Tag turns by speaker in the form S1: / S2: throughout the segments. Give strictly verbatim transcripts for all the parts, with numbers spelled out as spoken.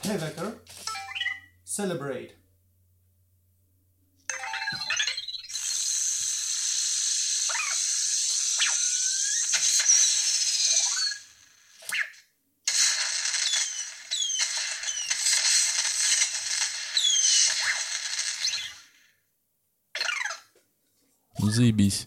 S1: Hey Becker, celebrate.
S2: Ну, заебись.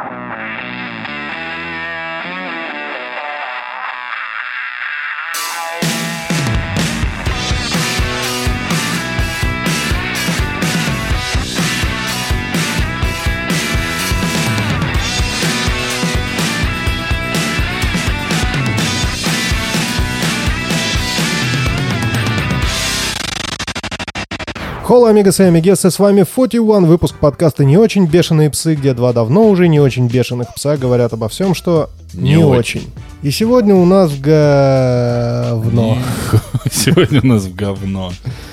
S1: Холла, амигос и амигессы, с вами сорок один, выпуск подкаста «Не очень бешеные псы», где два давно уже не очень бешеных пса говорят обо всем, что не, не очень. очень. И сегодня у нас в говно.
S2: Сегодня у нас в говно.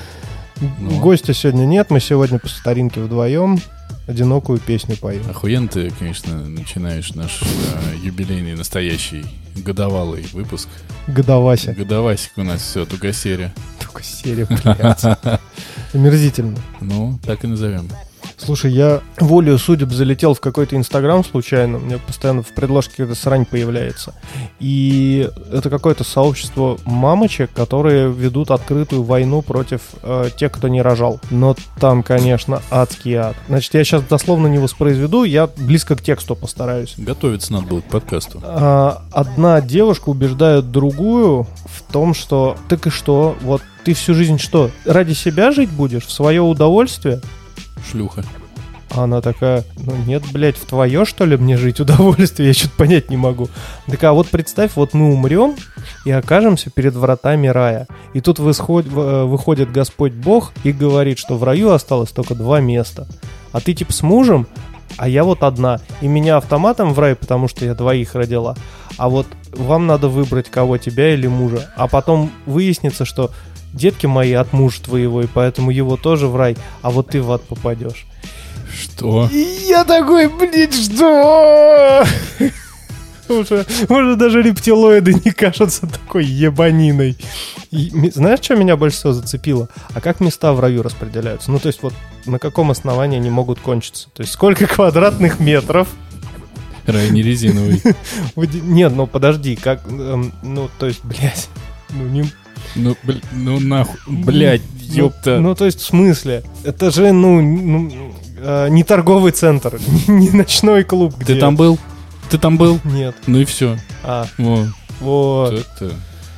S1: Гостя сегодня нет, мы сегодня по старинке вдвоем одинокую песню поем.
S2: Охуенно ты, конечно, начинаешь наш э, юбилейный, настоящий, годовалый выпуск.
S1: Годовася.
S2: Годовасик у нас все, тугосерия.
S1: Тугосерия, блядь. Омерзительно.
S2: Ну, так и назовем.
S1: Слушай, я волею судеб залетел в какой-то Инстаграм случайно. У меня постоянно в предложке какая-то срань появляется. И это какое-то сообщество мамочек, которые ведут открытую войну против э, тех, кто не рожал. Но там, конечно, адский ад. Значит, я сейчас дословно не воспроизведу, я близко к тексту постараюсь.
S2: Готовиться надо было к подкасту.
S1: А, одна девушка убеждает другую в том, что так и что, вот ты всю жизнь что, ради себя жить будешь, в свое удовольствие?
S2: Шлюха.
S1: А она такая, ну нет, блядь, в твое, что ли, мне жить удовольствие? Я что-то понять не могу. Так, а вот представь, вот мы умрем и окажемся перед вратами рая. И тут выходит, выходит Господь Бог и говорит, что в раю осталось только два места. А ты типа с мужем, а я вот одна. И меня автоматом в рай, потому что я двоих родила. А вот вам надо выбрать кого, тебя или мужа. А потом выяснится, что детки мои от мужа твоего, и поэтому его тоже в рай, а вот ты в ад попадешь.
S2: Что?
S1: И я такой, блин, что? Уже, уже даже рептилоиды не кажутся такой ебаниной. И, знаешь, что меня больше всего зацепило? А как места в раю распределяются? Ну, то есть вот на каком основании они могут кончиться? То есть сколько квадратных метров?
S2: Рай не резиновый.
S1: Нет, ну подожди, как, ну, то есть, блядь, ну не...
S2: Ну, бл- ну нахуй, блядь, ёпта.
S1: Ну, ну, то есть, в смысле? Это же, ну, ну э, не торговый центр, не ночной клуб. Где...
S2: Ты там был? Ты там был?
S1: Нет.
S2: Ну и все.
S1: А,
S2: вот.
S1: вот.
S2: Это...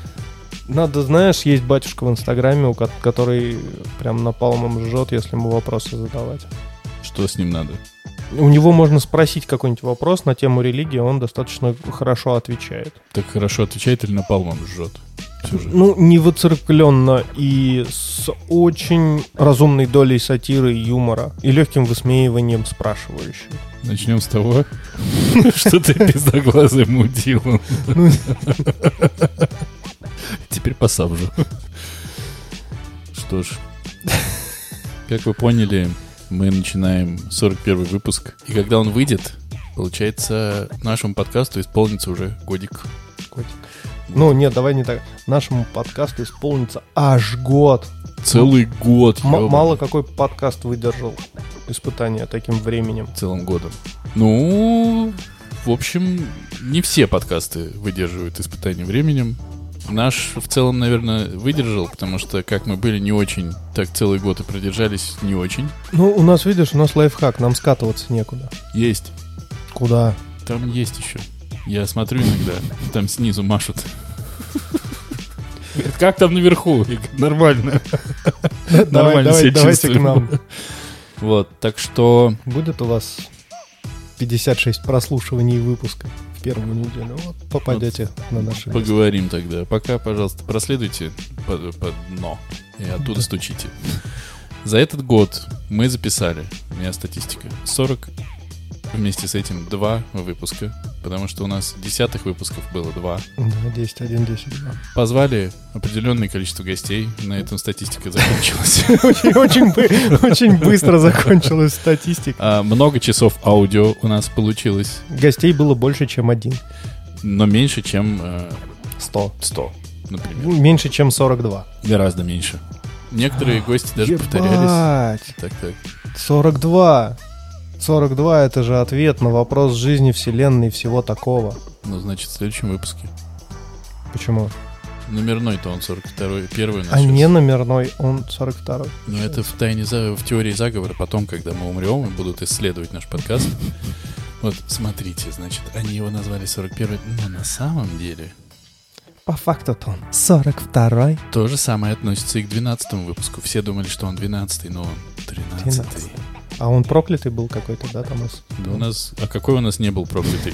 S1: Надо, знаешь, есть батюшка в Инстаграме, у ко- который прям напалмом жжет, если ему вопросы задавать.
S2: Что с ним надо?
S1: У него можно спросить какой-нибудь вопрос на тему религии, он достаточно хорошо отвечает.
S2: Так хорошо отвечает или напалмом жжет?
S1: Ну, не выцеркленно и с очень разумной долей сатиры и юмора и легким высмеиванием спрашивающего.
S2: Начнем с того, что ты пиздоглазый мудила. Теперь посажу. Что ж, как вы поняли, мы начинаем сорок первый выпуск. И когда он выйдет, получается, нашему подкасту исполнится уже годик.
S1: Годик. Ну, нет, давай не так. Нашему подкасту исполнится аж год.
S2: Целый год.
S1: М- мало какой подкаст выдержал испытание таким временем.
S2: Целым годом. Ну, в общем, не все подкасты выдерживают испытание временем. Наш в целом, наверное, выдержал, потому что как мы были не очень, так целый год и продержались не очень.
S1: Ну, у нас, видишь, у нас лайфхак, нам скатываться некуда.
S2: Есть.
S1: Куда?
S2: Там есть еще. Я смотрю иногда, там снизу машут. Как там наверху? Нормально. Нормально себя
S1: давайте к нам.
S2: Вот, так что...
S1: Будет у вас пятьдесят шесть прослушиваний выпуска в первую неделю. Вот попадете вот на наши...
S2: Поговорим места. Тогда. Пока, пожалуйста, проследуйте под, под дно и оттуда да. стучите. За этот год мы записали, у меня статистика, сорок... Вместе с этим два выпуска, потому что у нас десятых выпусков было два.
S1: Да, десять, один, десять, два.
S2: Позвали определенное количество гостей, на этом статистика закончилась.
S1: Очень быстро закончилась статистика.
S2: Много часов аудио у нас получилось.
S1: Гостей было больше, чем один.
S2: Но меньше, чем...
S1: Сто.
S2: Сто. например.
S1: Меньше, чем сорок два.
S2: Гораздо меньше. Некоторые гости даже
S1: Ебать.
S2: повторялись. Так, так.
S1: сорок два. сорок два это же ответ на вопрос жизни, вселенной и всего такого.
S2: Ну, значит, в следующем выпуске.
S1: Почему?
S2: Номерной-то он сорок второй, первый у нас
S1: А
S2: сейчас.
S1: не номерной, он сорок второй.
S2: Но это в тайне, за- в теории заговора. Потом, когда мы умрем и будут исследовать наш подкаст. Вот, смотрите, значит, они его назвали сорок первый, но на самом деле
S1: По факту-то он сорок второй.
S2: то же самое относится и к двенадцатому выпуску. Все думали, что он двенадцатый, но он тринадцатый.
S1: А он проклятый был какой-то, да, там? из-
S2: Да у нас... А какой у нас не был проклятый?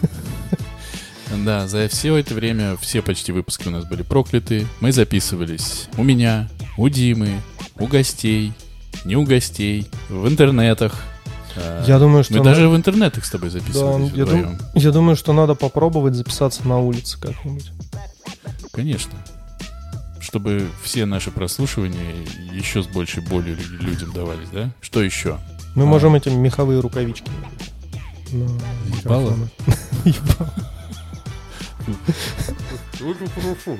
S2: Да, за все это время все почти выпуски у нас были прокляты. Мы записывались у меня, у Димы, у гостей, не у гостей, в интернетах. А,
S1: Я думаю, что...
S2: Мы
S1: на-
S2: даже в интернетах с тобой
S1: Да,
S2: записывались
S1: я,
S2: вдвоем.
S1: дум- я думаю, что надо попробовать записаться на улице как-нибудь.
S2: Конечно. Чтобы все наши прослушивания еще с большей болью лю- людям давались, да? Что еще?
S1: Мы
S2: А.
S1: можем эти меховые рукавички. на
S2: Ебало?
S1: микрофоны. Ебало.
S2: Это хорошо.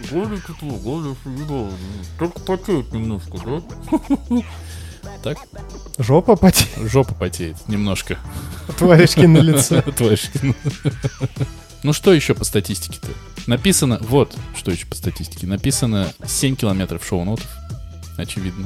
S2: Только потеет немножко, да? Так?
S1: Жопа потеет,
S2: Жопа потеет немножко.
S1: тваришки на лице.
S2: Тваришки. Ну что еще по статистике-то? Написано, вот, что еще по статистике. Написано семь километров шоу-нотов, очевидно.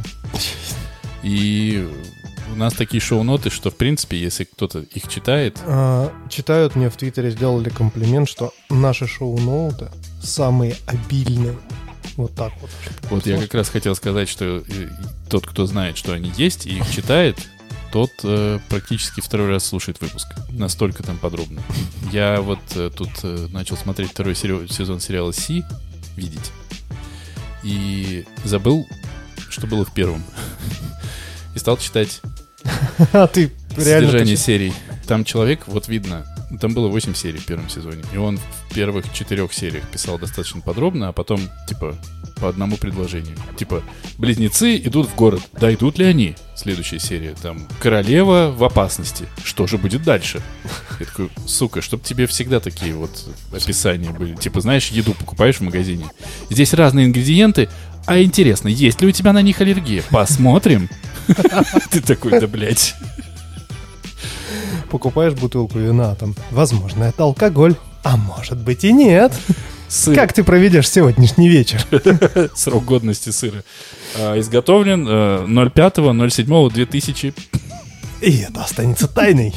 S2: И у нас такие шоу-ноты, что, в принципе, если кто-то их читает...
S1: А, читают, мне в Твиттере сделали комплимент, что наши шоу-ноуты самые обильные. Вот так вот.
S2: Вот я как раз хотел сказать, что э, тот, кто знает, что они есть, и их читает, тот э, практически второй раз слушает выпуск. Настолько там подробно. Я вот э, тут э, начал смотреть второй сери- сезон сериала «Си», видеть, и забыл, что было в первом. И стал читать
S1: А ты реально...
S2: содержание
S1: почти-
S2: серий. Там человек, вот видно, там было восемь серий в первом сезоне, и он в первых четырех сериях писал достаточно подробно, а потом, типа, по одному предложению. Типа, близнецы идут в город. Да идут ли они? Следующая серия. Там, королева в опасности. Что же будет дальше? Я такой, сука, чтоб тебе всегда такие вот описания были. Типа, знаешь, еду покупаешь в магазине. Здесь разные ингредиенты. А интересно, есть ли у тебя на них аллергия? Посмотрим. Ты такой, да блядь.
S1: Покупаешь бутылку вина, там, возможно, это алкоголь, а может быть и нет.
S2: Сыр.
S1: Как ты проведешь сегодняшний вечер?
S2: Срок годности сыра. А, изготовлен э, ноль пятого ноль седьмого две тысячи.
S1: И это останется тайной.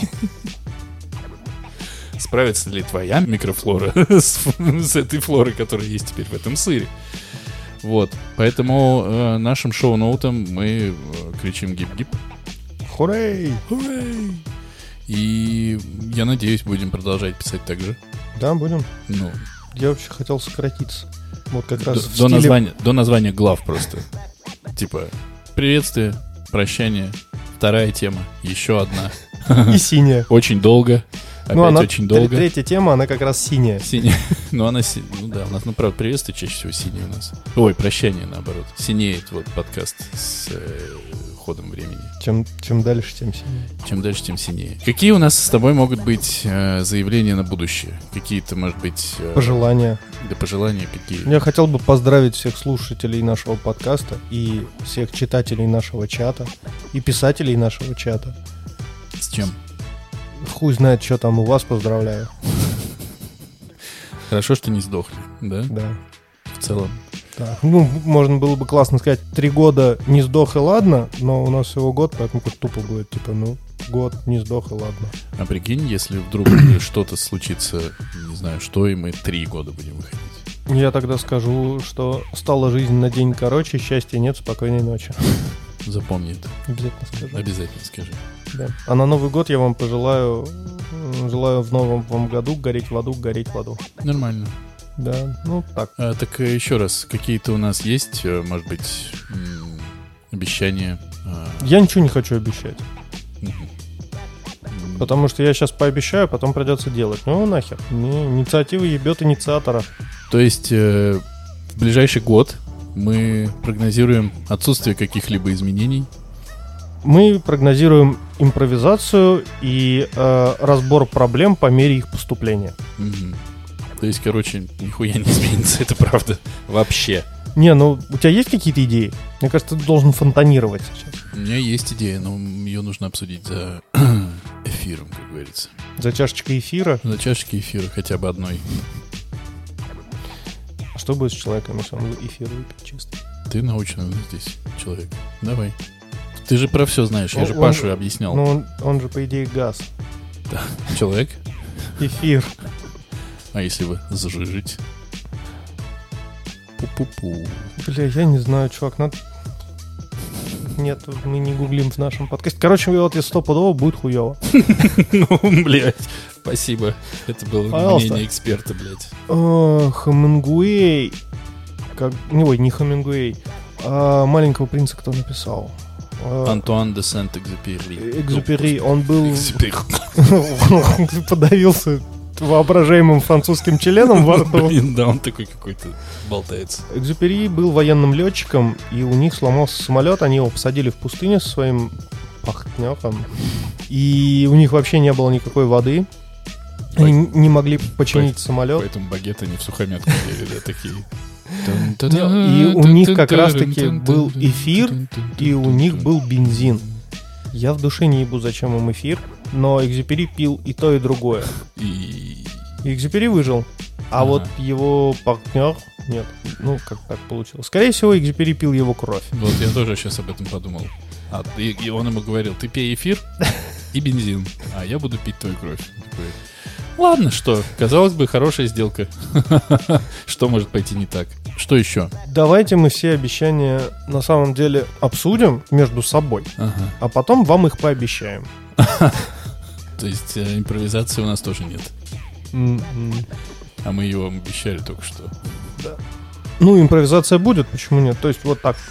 S2: Справится ли твоя микрофлора с, с этой флорой, которая есть теперь в этом сыре? Вот. Поэтому э, нашим шоу-ноутам мы э, кричим гип-гип.
S1: Хурей!
S2: Хурей! И я надеюсь, будем продолжать писать так же.
S1: Да, будем.
S2: Ну,
S1: Я вообще хотел сократиться. Вот как
S2: до,
S1: раз в
S2: до
S1: стиле...
S2: названия, до названия глав просто. Типа, приветствие, прощание, вторая тема, еще одна.
S1: И синяя.
S2: Очень долго. Опять
S1: Ну, она,
S2: очень долго.
S1: тр- третья тема, она как раз синяя.
S2: Синяя. Ну, она... си- Ну, да, у нас, ну, правда, приветствие чаще всего синее у нас. Ой, прощание, наоборот. Синеет вот подкаст с э, ходом времени.
S1: Чем, чем дальше, тем синее.
S2: Чем дальше, тем синее. Какие у нас с тобой могут быть э, заявления на будущее? Какие-то, может быть... э,
S1: Пожелания.
S2: Да, пожелания какие?
S1: Я хотел бы поздравить всех слушателей нашего подкаста и всех читателей нашего чата и писателей нашего чата.
S2: С чем?
S1: Хуй знает, что там у вас, поздравляю.
S2: Хорошо, что не сдохли, да?
S1: Да.
S2: В целом.
S1: Так. Ну, можно было бы классно сказать, три года не сдох и ладно, но у нас всего год, поэтому как тупо будет, типа, ну, год не сдох и ладно.
S2: А прикинь, если вдруг что-то случится, не знаю, что, и мы три года будем выходить.
S1: Я тогда скажу, что стала жизнь на день короче, счастья нет, спокойной ночи.
S2: Запомни это.
S1: Обязательно скажу.
S2: Обязательно скажи.
S1: Да. А на Новый год я вам пожелаю, м, желаю в новом вам году гореть в аду, гореть в аду.
S2: Нормально.
S1: Да, ну так.
S2: А, так э, еще раз, какие-то у нас есть, э, может быть, м, обещания? а,
S1: Я ничего не хочу обещать,
S2: мгм. М,
S1: потому что я сейчас пообещаю, потом придется делать. Ну нахер. Не, инициатива ебет инициатора.
S2: То есть э, в ближайший год мы прогнозируем отсутствие каких-либо изменений.
S1: Мы прогнозируем импровизацию и э, разбор проблем по мере их поступления.
S2: Мгм. То есть, короче, нихуя не изменится, это правда. Вообще.
S1: Не, ну у тебя есть какие-то идеи? Мне кажется, ты должен фонтанировать сейчас.
S2: У меня есть идея, но ее нужно обсудить за эфиром, как говорится.
S1: За чашечкой эфира?
S2: За чашечкой эфира, хотя бы одной.
S1: А что будет с человеком, если он эфир выпьет чисто?
S2: Ты научный здесь человек. Давай. Ты же про все знаешь, я
S1: Он-
S2: же
S1: он
S2: Пашу
S1: же-
S2: объяснял.
S1: Ну, он, он же, по идее, газ.
S2: Да. Человек?
S1: Эфир.
S2: А если вы зажижить? Пу-пу-пу.
S1: Бля, я не знаю, чувак, надо... Нет, мы не гуглим в нашем подкасте. Короче, вот и стопудово будет хуёво.
S2: Ну, блядь, спасибо. Это было
S1: Пожалуйста.
S2: мнение эксперта, блядь.
S1: О, Хемингуэй. Как... Не, ой, не Хемингуэй. А «Маленького принца» кто написал? А,
S2: Антуан де Сент-Экзюпери.
S1: Экзюпери. Он был...
S2: Экзюпери.
S1: Подавился воображаемым французским членом во рту.
S2: Блин, да, он такой какой-то болтается.
S1: Экзюпери был военным летчиком, и у них сломался самолет, они его посадили в пустыне со своим партнером, и у них вообще не было никакой воды, они не могли починить самолет.
S2: Поэтому багеты не в сухомятку ели, да, такие.
S1: И у них как раз-таки был эфир, и у них был бензин. Я в душе не ебу, зачем им эфир, но Экзюпери пил и то, и другое.
S2: И...
S1: И Экзюпери выжил. А
S2: Ага.
S1: вот его партнер... Нет, ну как так получилось. Скорее всего, Экзюпери пил его кровь.
S2: Вот я тоже сейчас об этом подумал. А, и, и он ему говорил, ты пей эфир и бензин, а я буду пить твою кровь. Он такой, ладно, что, казалось бы, хорошая сделка. Что может пойти не так? Что еще?
S1: Давайте мы все обещания на самом деле обсудим между собой,
S2: Ага.
S1: а потом вам их пообещаем.
S2: То есть э, импровизации у нас тоже нет.
S1: М-м.
S2: А мы ее вам обещали только что.
S1: Ну, импровизация будет, почему нет? То есть вот так.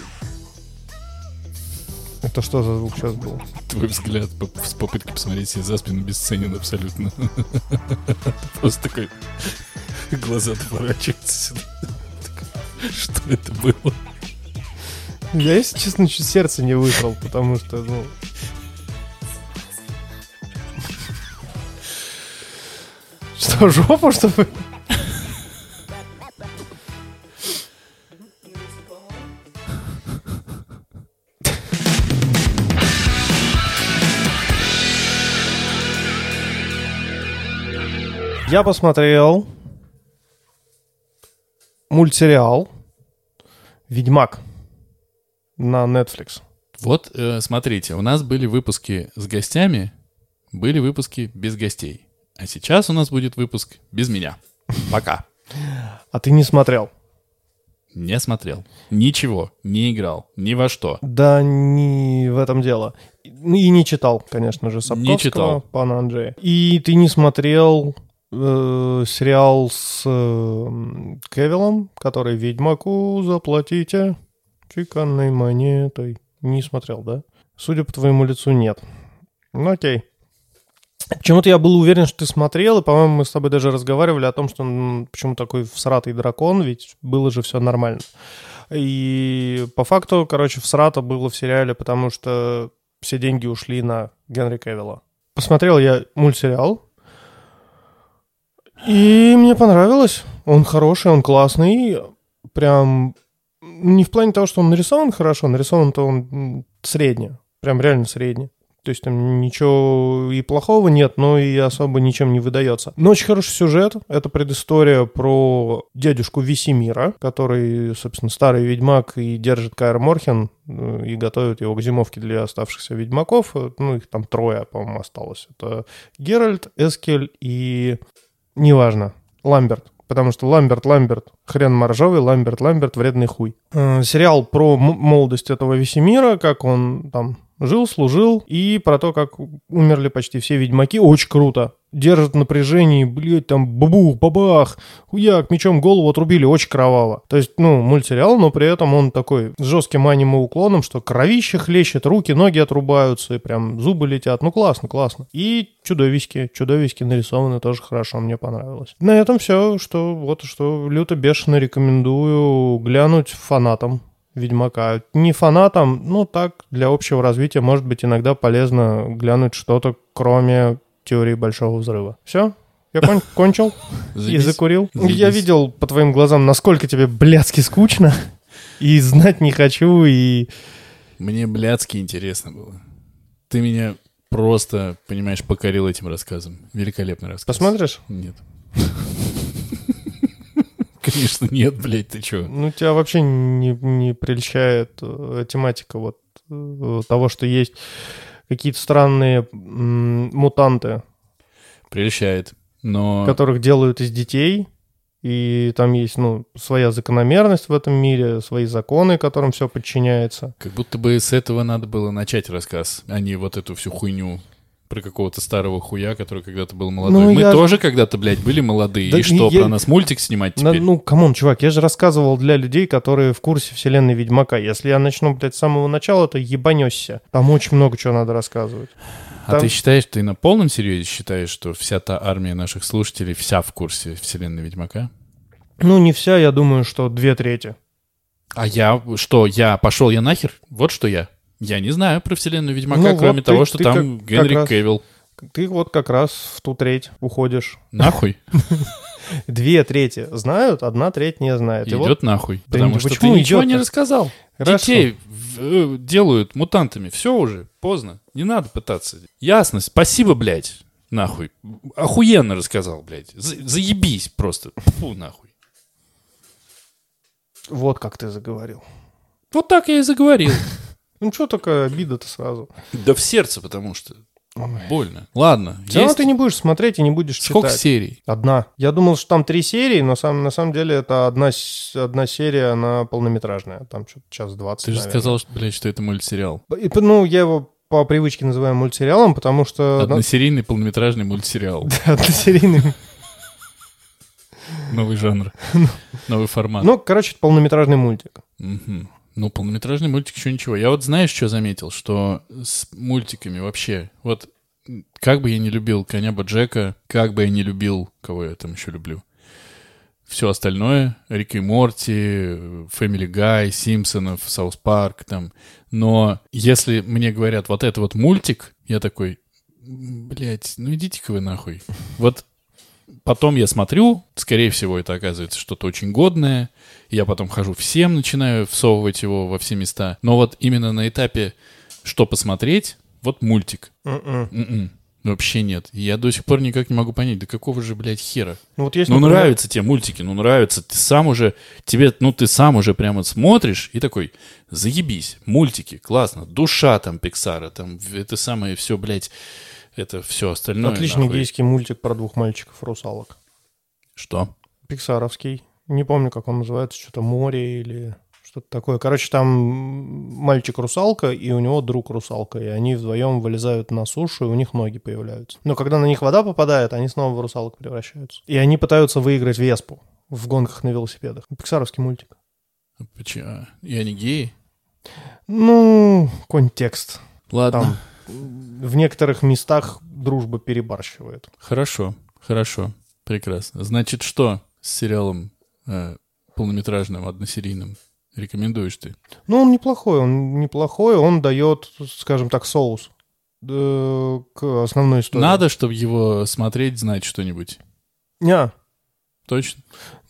S1: Это что за звук сейчас был?
S2: Твой взгляд по- с попыткой посмотреть себе за спину бесценен абсолютно. Просто такой... Глаза поворачиваются сюда. Такой, что это было?
S1: Я, если честно, чуть сердце не выиграл, потому что, ну... Что, жопу, что ли? Я посмотрел мультсериал «Ведьмак» на Netflix.
S2: Вот, э, смотрите, у нас были выпуски с гостями, были выпуски без гостей. А сейчас у нас будет выпуск без меня. Пока.
S1: А ты не смотрел?
S2: Не смотрел. Ничего. Не играл. Ни во что.
S1: Да не в этом дело. Ну и не читал, конечно же, Сапковского,
S2: Не читал.
S1: пана Анджея. И ты не смотрел э, сериал с э, Кевиллом, который «Ведьмаку заплатите чеканной монетой». Не смотрел, да? Судя по твоему лицу, нет. Ну окей. Почему-то я был уверен, что ты смотрел, и, по-моему, мы с тобой даже разговаривали о том, что м, почему такой всратый дракон, ведь было же все нормально. И по факту, короче, всрато было в сериале, потому что все деньги ушли на Генри Кевилла. Посмотрел я мультсериал, и мне понравилось. Он хороший, он классный, прям не в плане того, что он нарисован хорошо, нарисован-то он м, средне, прям реально средне. То есть там ничего и плохого нет, но и особо ничем не выдается. Но очень хороший сюжет. Это предыстория про дядюшку Весемира, который, собственно, старый ведьмак и держит Каэр Морхен э, и готовит его к зимовке для оставшихся ведьмаков. Ну, их там трое, по-моему, осталось. Это Геральт, Эскель и... Неважно, Ламберт. Потому что Ламберт, Ламберт, хрен моржовый, Ламберт, Ламберт, вредный хуй. Э, сериал про м- молодость этого Весемира, как он там... Жил, служил, и про то, как умерли почти все ведьмаки. Очень круто. Держат в напряжении, блядь, там бабух, бабах, хуяк, мечом голову отрубили, очень кроваво. То есть, ну, мультсериал, но при этом он такой с жестким аниме-уклоном, что кровище хлещет, руки, ноги отрубаются, и прям зубы летят. Ну, классно, классно. И чудовиськи, чудовиськи нарисованы тоже хорошо, мне понравилось. На этом все, что вот, что люто бешено рекомендую глянуть фанатам Ведьмака. Не фанатам, ну так, для общего развития, может быть, иногда полезно глянуть что-то, кроме теории Большого Взрыва. Все? я кон- кончил и закурил.
S2: Заебись.
S1: Я видел по твоим глазам, насколько тебе блядски скучно. И знать не хочу, и...
S2: Мне блядски интересно было. Ты меня просто, понимаешь, покорил этим рассказом. Великолепный рассказ.
S1: Посмотришь?
S2: Нет. Конечно, нет, блядь, ты чё?
S1: Ну, тебя вообще не, не прельщает э, тематика вот э, того, что есть какие-то странные м, мутанты,
S2: Прельщает. Но
S1: которых делают из детей, и там есть, ну, своя закономерность в этом мире, свои законы, которым все подчиняется.
S2: как будто бы с этого надо было начать рассказ, а не вот эту всю хуйню про какого-то старого хуя, который когда-то был молодой.
S1: Ну,
S2: Мы
S1: я-
S2: тоже когда-то, блядь, были молодые.
S1: Да
S2: И что,
S1: я-
S2: про нас мультик снимать
S1: На-
S2: теперь?
S1: ну, камон, чувак, я же рассказывал для людей, которые в курсе вселенной Ведьмака. Если я начну, блядь, с самого начала, то ебанешься. Там очень много чего надо рассказывать.
S2: А
S1: там-
S2: ты считаешь, ты на полном серьезе считаешь, что вся та армия наших слушателей вся в курсе вселенной Ведьмака?
S1: Ну, не вся, я думаю, что две трети.
S2: А я, что, я пошел я нахер? Вот что я. Я не знаю про вселенную Ведьмака,
S1: Ну,
S2: кроме
S1: вот
S2: того,
S1: ты-
S2: что
S1: ты
S2: там
S1: как-
S2: Генри
S1: как раз-
S2: Кевилл.
S1: Ты вот как раз в ту треть уходишь.
S2: Нахуй.
S1: Две трети знают, одна треть не знает. И
S2: Идет
S1: вот,
S2: нахуй.
S1: Да
S2: Потому
S1: не-
S2: что ты
S1: почему
S2: ничего не
S1: идет-то?
S2: рассказал.
S1: Хорошо.
S2: Детей в- э, делают мутантами. Все уже, поздно. Не надо пытаться. Ясно, спасибо, блядь. Нахуй. Охуенно рассказал, блядь. За- заебись просто. Фу, нахуй.
S1: вот как ты заговорил.
S2: Вот так я и заговорил.
S1: Ну, что такая обида-то сразу?
S2: Да в сердце, потому что больно. Ладно,
S1: Все равно
S2: есть.
S1: ты не будешь смотреть и не будешь
S2: Сколько
S1: читать.
S2: серий?
S1: Одна. Я думал, что там три серии, но сам, на самом деле это одна, с- одна серия, она полнометражная. Там что-то час двадцать,
S2: Ты же
S1: наверное.
S2: сказал, что, блядь, что это мультсериал.
S1: И, п- ну, я его по привычке называю мультсериалом, потому что...
S2: Односерийный полнометражный мультсериал.
S1: Односерийный.
S2: Новый жанр. Новый формат.
S1: Ну, короче, это полнометражный мультик.
S2: Мгм. Ну, полнометражный мультик еще ничего. Я вот знаешь, что заметил? Что с мультиками вообще... Вот м, как бы я не любил Коня Боджека, как бы я не любил... Кого я там еще люблю? Все остальное. Рик и Морти, Фэмили Гай, Симпсонов, Саус Парк там. Но если мне говорят, вот это вот мультик, я такой, блядь, ну идите-ка вы нахуй. Вот потом я смотрю, скорее всего, это оказывается что-то очень годное. Я потом хожу всем, начинаю всовывать его во все места. Но вот именно на этапе, что посмотреть, вот мультик.
S1: М-м.
S2: М-м. Вообще нет. И я до сих пор никак не могу понять, да какого же, блядь, хера?
S1: Ну, вот есть,
S2: Ну,
S1: например,
S2: нравятся тебе мультики, ну, нравятся. Ты сам уже, тебе, ну, ты сам уже прямо смотришь и такой, заебись, мультики, классно, душа там Пиксара, там, это самое все, блядь, это все остальное.
S1: отличный
S2: нахуй.
S1: гейский мультик про двух мальчиков-русалок.
S2: Что?
S1: Пиксаровский. Не помню, как он называется, что-то «Море» или что-то такое. Короче, там мальчик-русалка, и у него друг-русалка, и они вдвоем вылезают на сушу, и у них ноги появляются. Но когда на них вода попадает, они снова в русалок превращаются. И они пытаются выиграть Веспу в гонках на велосипедах. Пиксаровский мультик.
S2: Почему? И они геи?
S1: Ну, контекст.
S2: Ладно.
S1: Там в некоторых местах дружба перебарщивает.
S2: Хорошо, хорошо, прекрасно. Значит, что с сериалом э, полнометражным, односерийным рекомендуешь ты?
S1: Ну, он неплохой, он неплохой, он дает, скажем так, соус э, к основной истории.
S2: Надо, чтобы его смотреть, знать что-нибудь?
S1: Не,
S2: Точно?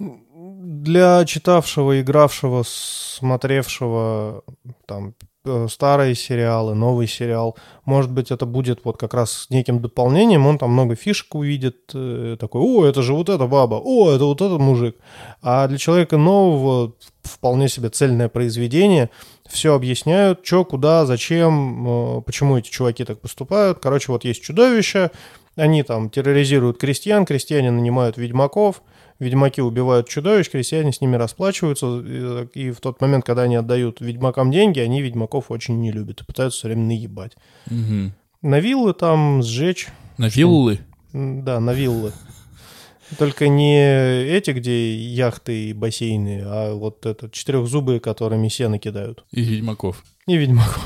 S1: для читавшего, игравшего, смотревшего там э, старые сериалы, новый сериал, может быть, это будет вот как раз неким дополнением, он там много фишек увидит, э, такой, о, это же вот эта баба, о, это вот этот мужик. А для человека нового вполне себе цельное произведение, все объясняют, что, куда, зачем, э, почему эти чуваки так поступают. Короче, вот есть чудовища, они там терроризируют крестьян, крестьяне нанимают ведьмаков, ведьмаки убивают чудовищ, крестьяне с ними расплачиваются, и, и в тот момент, когда они отдают ведьмакам деньги, они ведьмаков очень не любят и пытаются все время наебать.
S2: Угу.
S1: На виллы там сжечь.
S2: На виллы?
S1: М, Да, на виллы. Только не эти, где яхты и бассейны, а вот это четырехзубые, которыми сено кидают.
S2: И ведьмаков.
S1: И ведьмаков.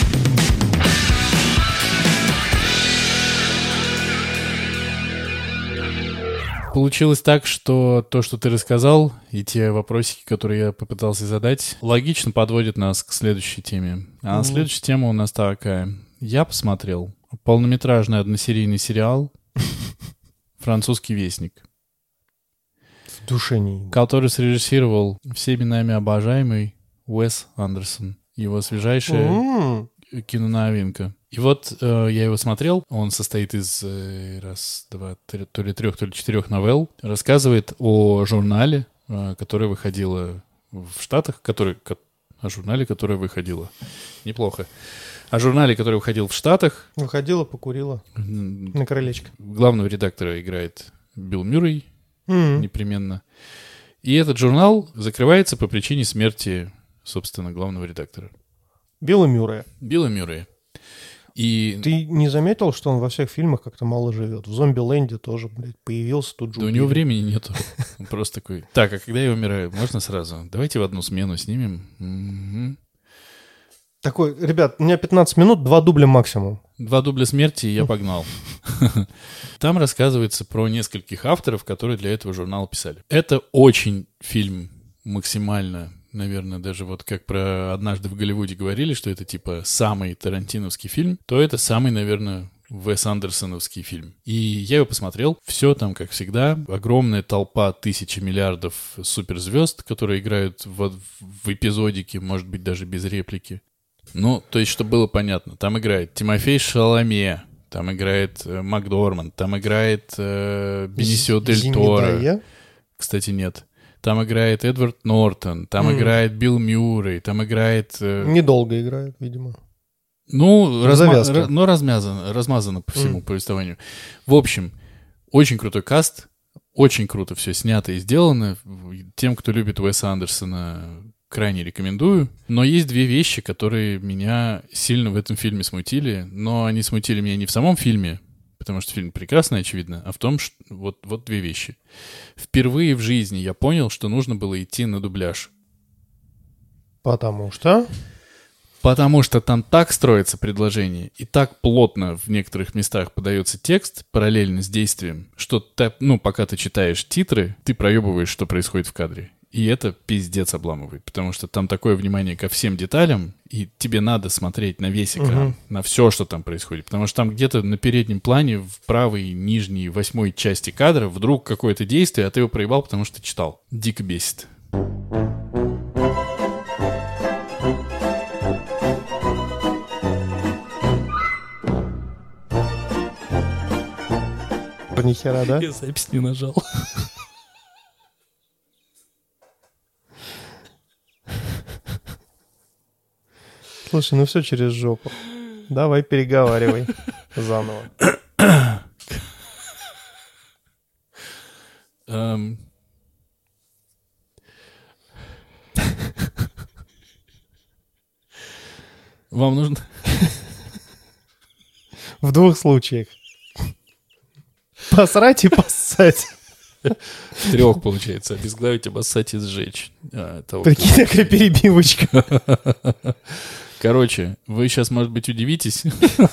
S2: Получилось так, что то, что ты рассказал, и те вопросики, которые я попытался задать, логично подводят нас к следующей теме. А
S1: Мгм.
S2: следующая тема у нас такая. Я посмотрел полнометражный односерийный сериал, «Французский вестник»,
S1: В душе не...
S2: который срежиссировал всеми нами обожаемый Уэс Андерсон. Его свежайшая
S1: М.
S2: киноновинка. И вот э, я его смотрел. Он состоит из э, раз, два, три, то ли трех, то ли четырех новелл. Рассказывает о журнале, э, которое выходило в Штатах, который, ко- о журнале, которое выходило. Неплохо. О журнале, который выходил в Штатах.
S1: Выходила, покурила
S2: М,
S1: на крылечко.
S2: Главного редактора играет Билл Мюррей
S1: М.
S2: непременно. И этот журнал закрывается по причине смерти, собственно, главного редактора.
S1: Билла Мюррея.
S2: Билла Мюррея. И
S1: Ты не заметил, что он во всех фильмах как-то мало живет? В «Зомби-ленде» тоже, блядь, появился тут же.
S2: да у
S1: убили.
S2: него времени нету. Он просто такой: так, а когда я умираю? Можно сразу? Давайте в одну смену снимем. Мгм.
S1: Такой, ребят, у меня пятнадцать минут, два дубля максимум.
S2: Два дубля смерти, и я погнал. Там рассказывается про нескольких авторов, которые для этого журнала писали. Это очень фильм максимально, наверное, даже вот как про «Однажды в Голливуде» говорили, что это типа самый тарантиновский фильм, то это самый, наверное, Уэс Андерсоновский фильм. И я его посмотрел. Все там, как всегда. Огромная толпа, тысячи миллиардов суперзвезд, которые играют в, в эпизодике, может быть, даже без реплики. Ну, то есть, чтобы было понятно. Там играет Тимофей Шаламе, там играет э, Макдорманд, там играет э, Бенисио дель Торо.
S1: Зенедая.
S2: Кстати, нет. Там играет Эдвард Нортон, там
S1: Мгм.
S2: играет Билл Мюррей, там играет... э,
S1: Недолго играет, видимо.
S2: Ну, разма-
S1: завязке.
S2: ра- но размазано, размазано по всему
S1: Мгм.
S2: повествованию. В общем, очень крутой каст, очень круто все снято и сделано. Тем, кто любит Уэса Андерсона, крайне рекомендую. Но есть две вещи, которые меня сильно в этом фильме смутили. Но они смутили меня не в самом фильме, потому что фильм прекрасный, очевидно, а в том, что вот, вот две вещи. Впервые в жизни я понял, что нужно было идти на дубляж.
S1: Потому что...
S2: Потому что там так строится предложение и так плотно в некоторых местах подается текст параллельно с действием, что ты, ну, пока ты читаешь титры, ты проебываешь, что происходит в кадре. И это пиздец обламывает, потому что там такое внимание ко всем деталям, и тебе надо смотреть на весь экран,
S1: Мгм.
S2: на все, что там происходит. Потому что там где-то на переднем плане, в правой, нижней, восьмой части кадра вдруг какое-то действие, а ты его проебал, потому что читал. Дико бесит.
S1: Нихера, да?
S2: Я запись не нажал.
S1: Слушай, ну все через жопу. Давай переговаривай заново.
S2: Эм. Вам нужно...
S1: В двух случаях. Посрать и поссать.
S2: В трех, получается. Обезглавить, обоссать и сжечь. А, это вот-
S1: Прикинь, какая перебивочка.
S2: Короче, вы сейчас, может быть, удивитесь,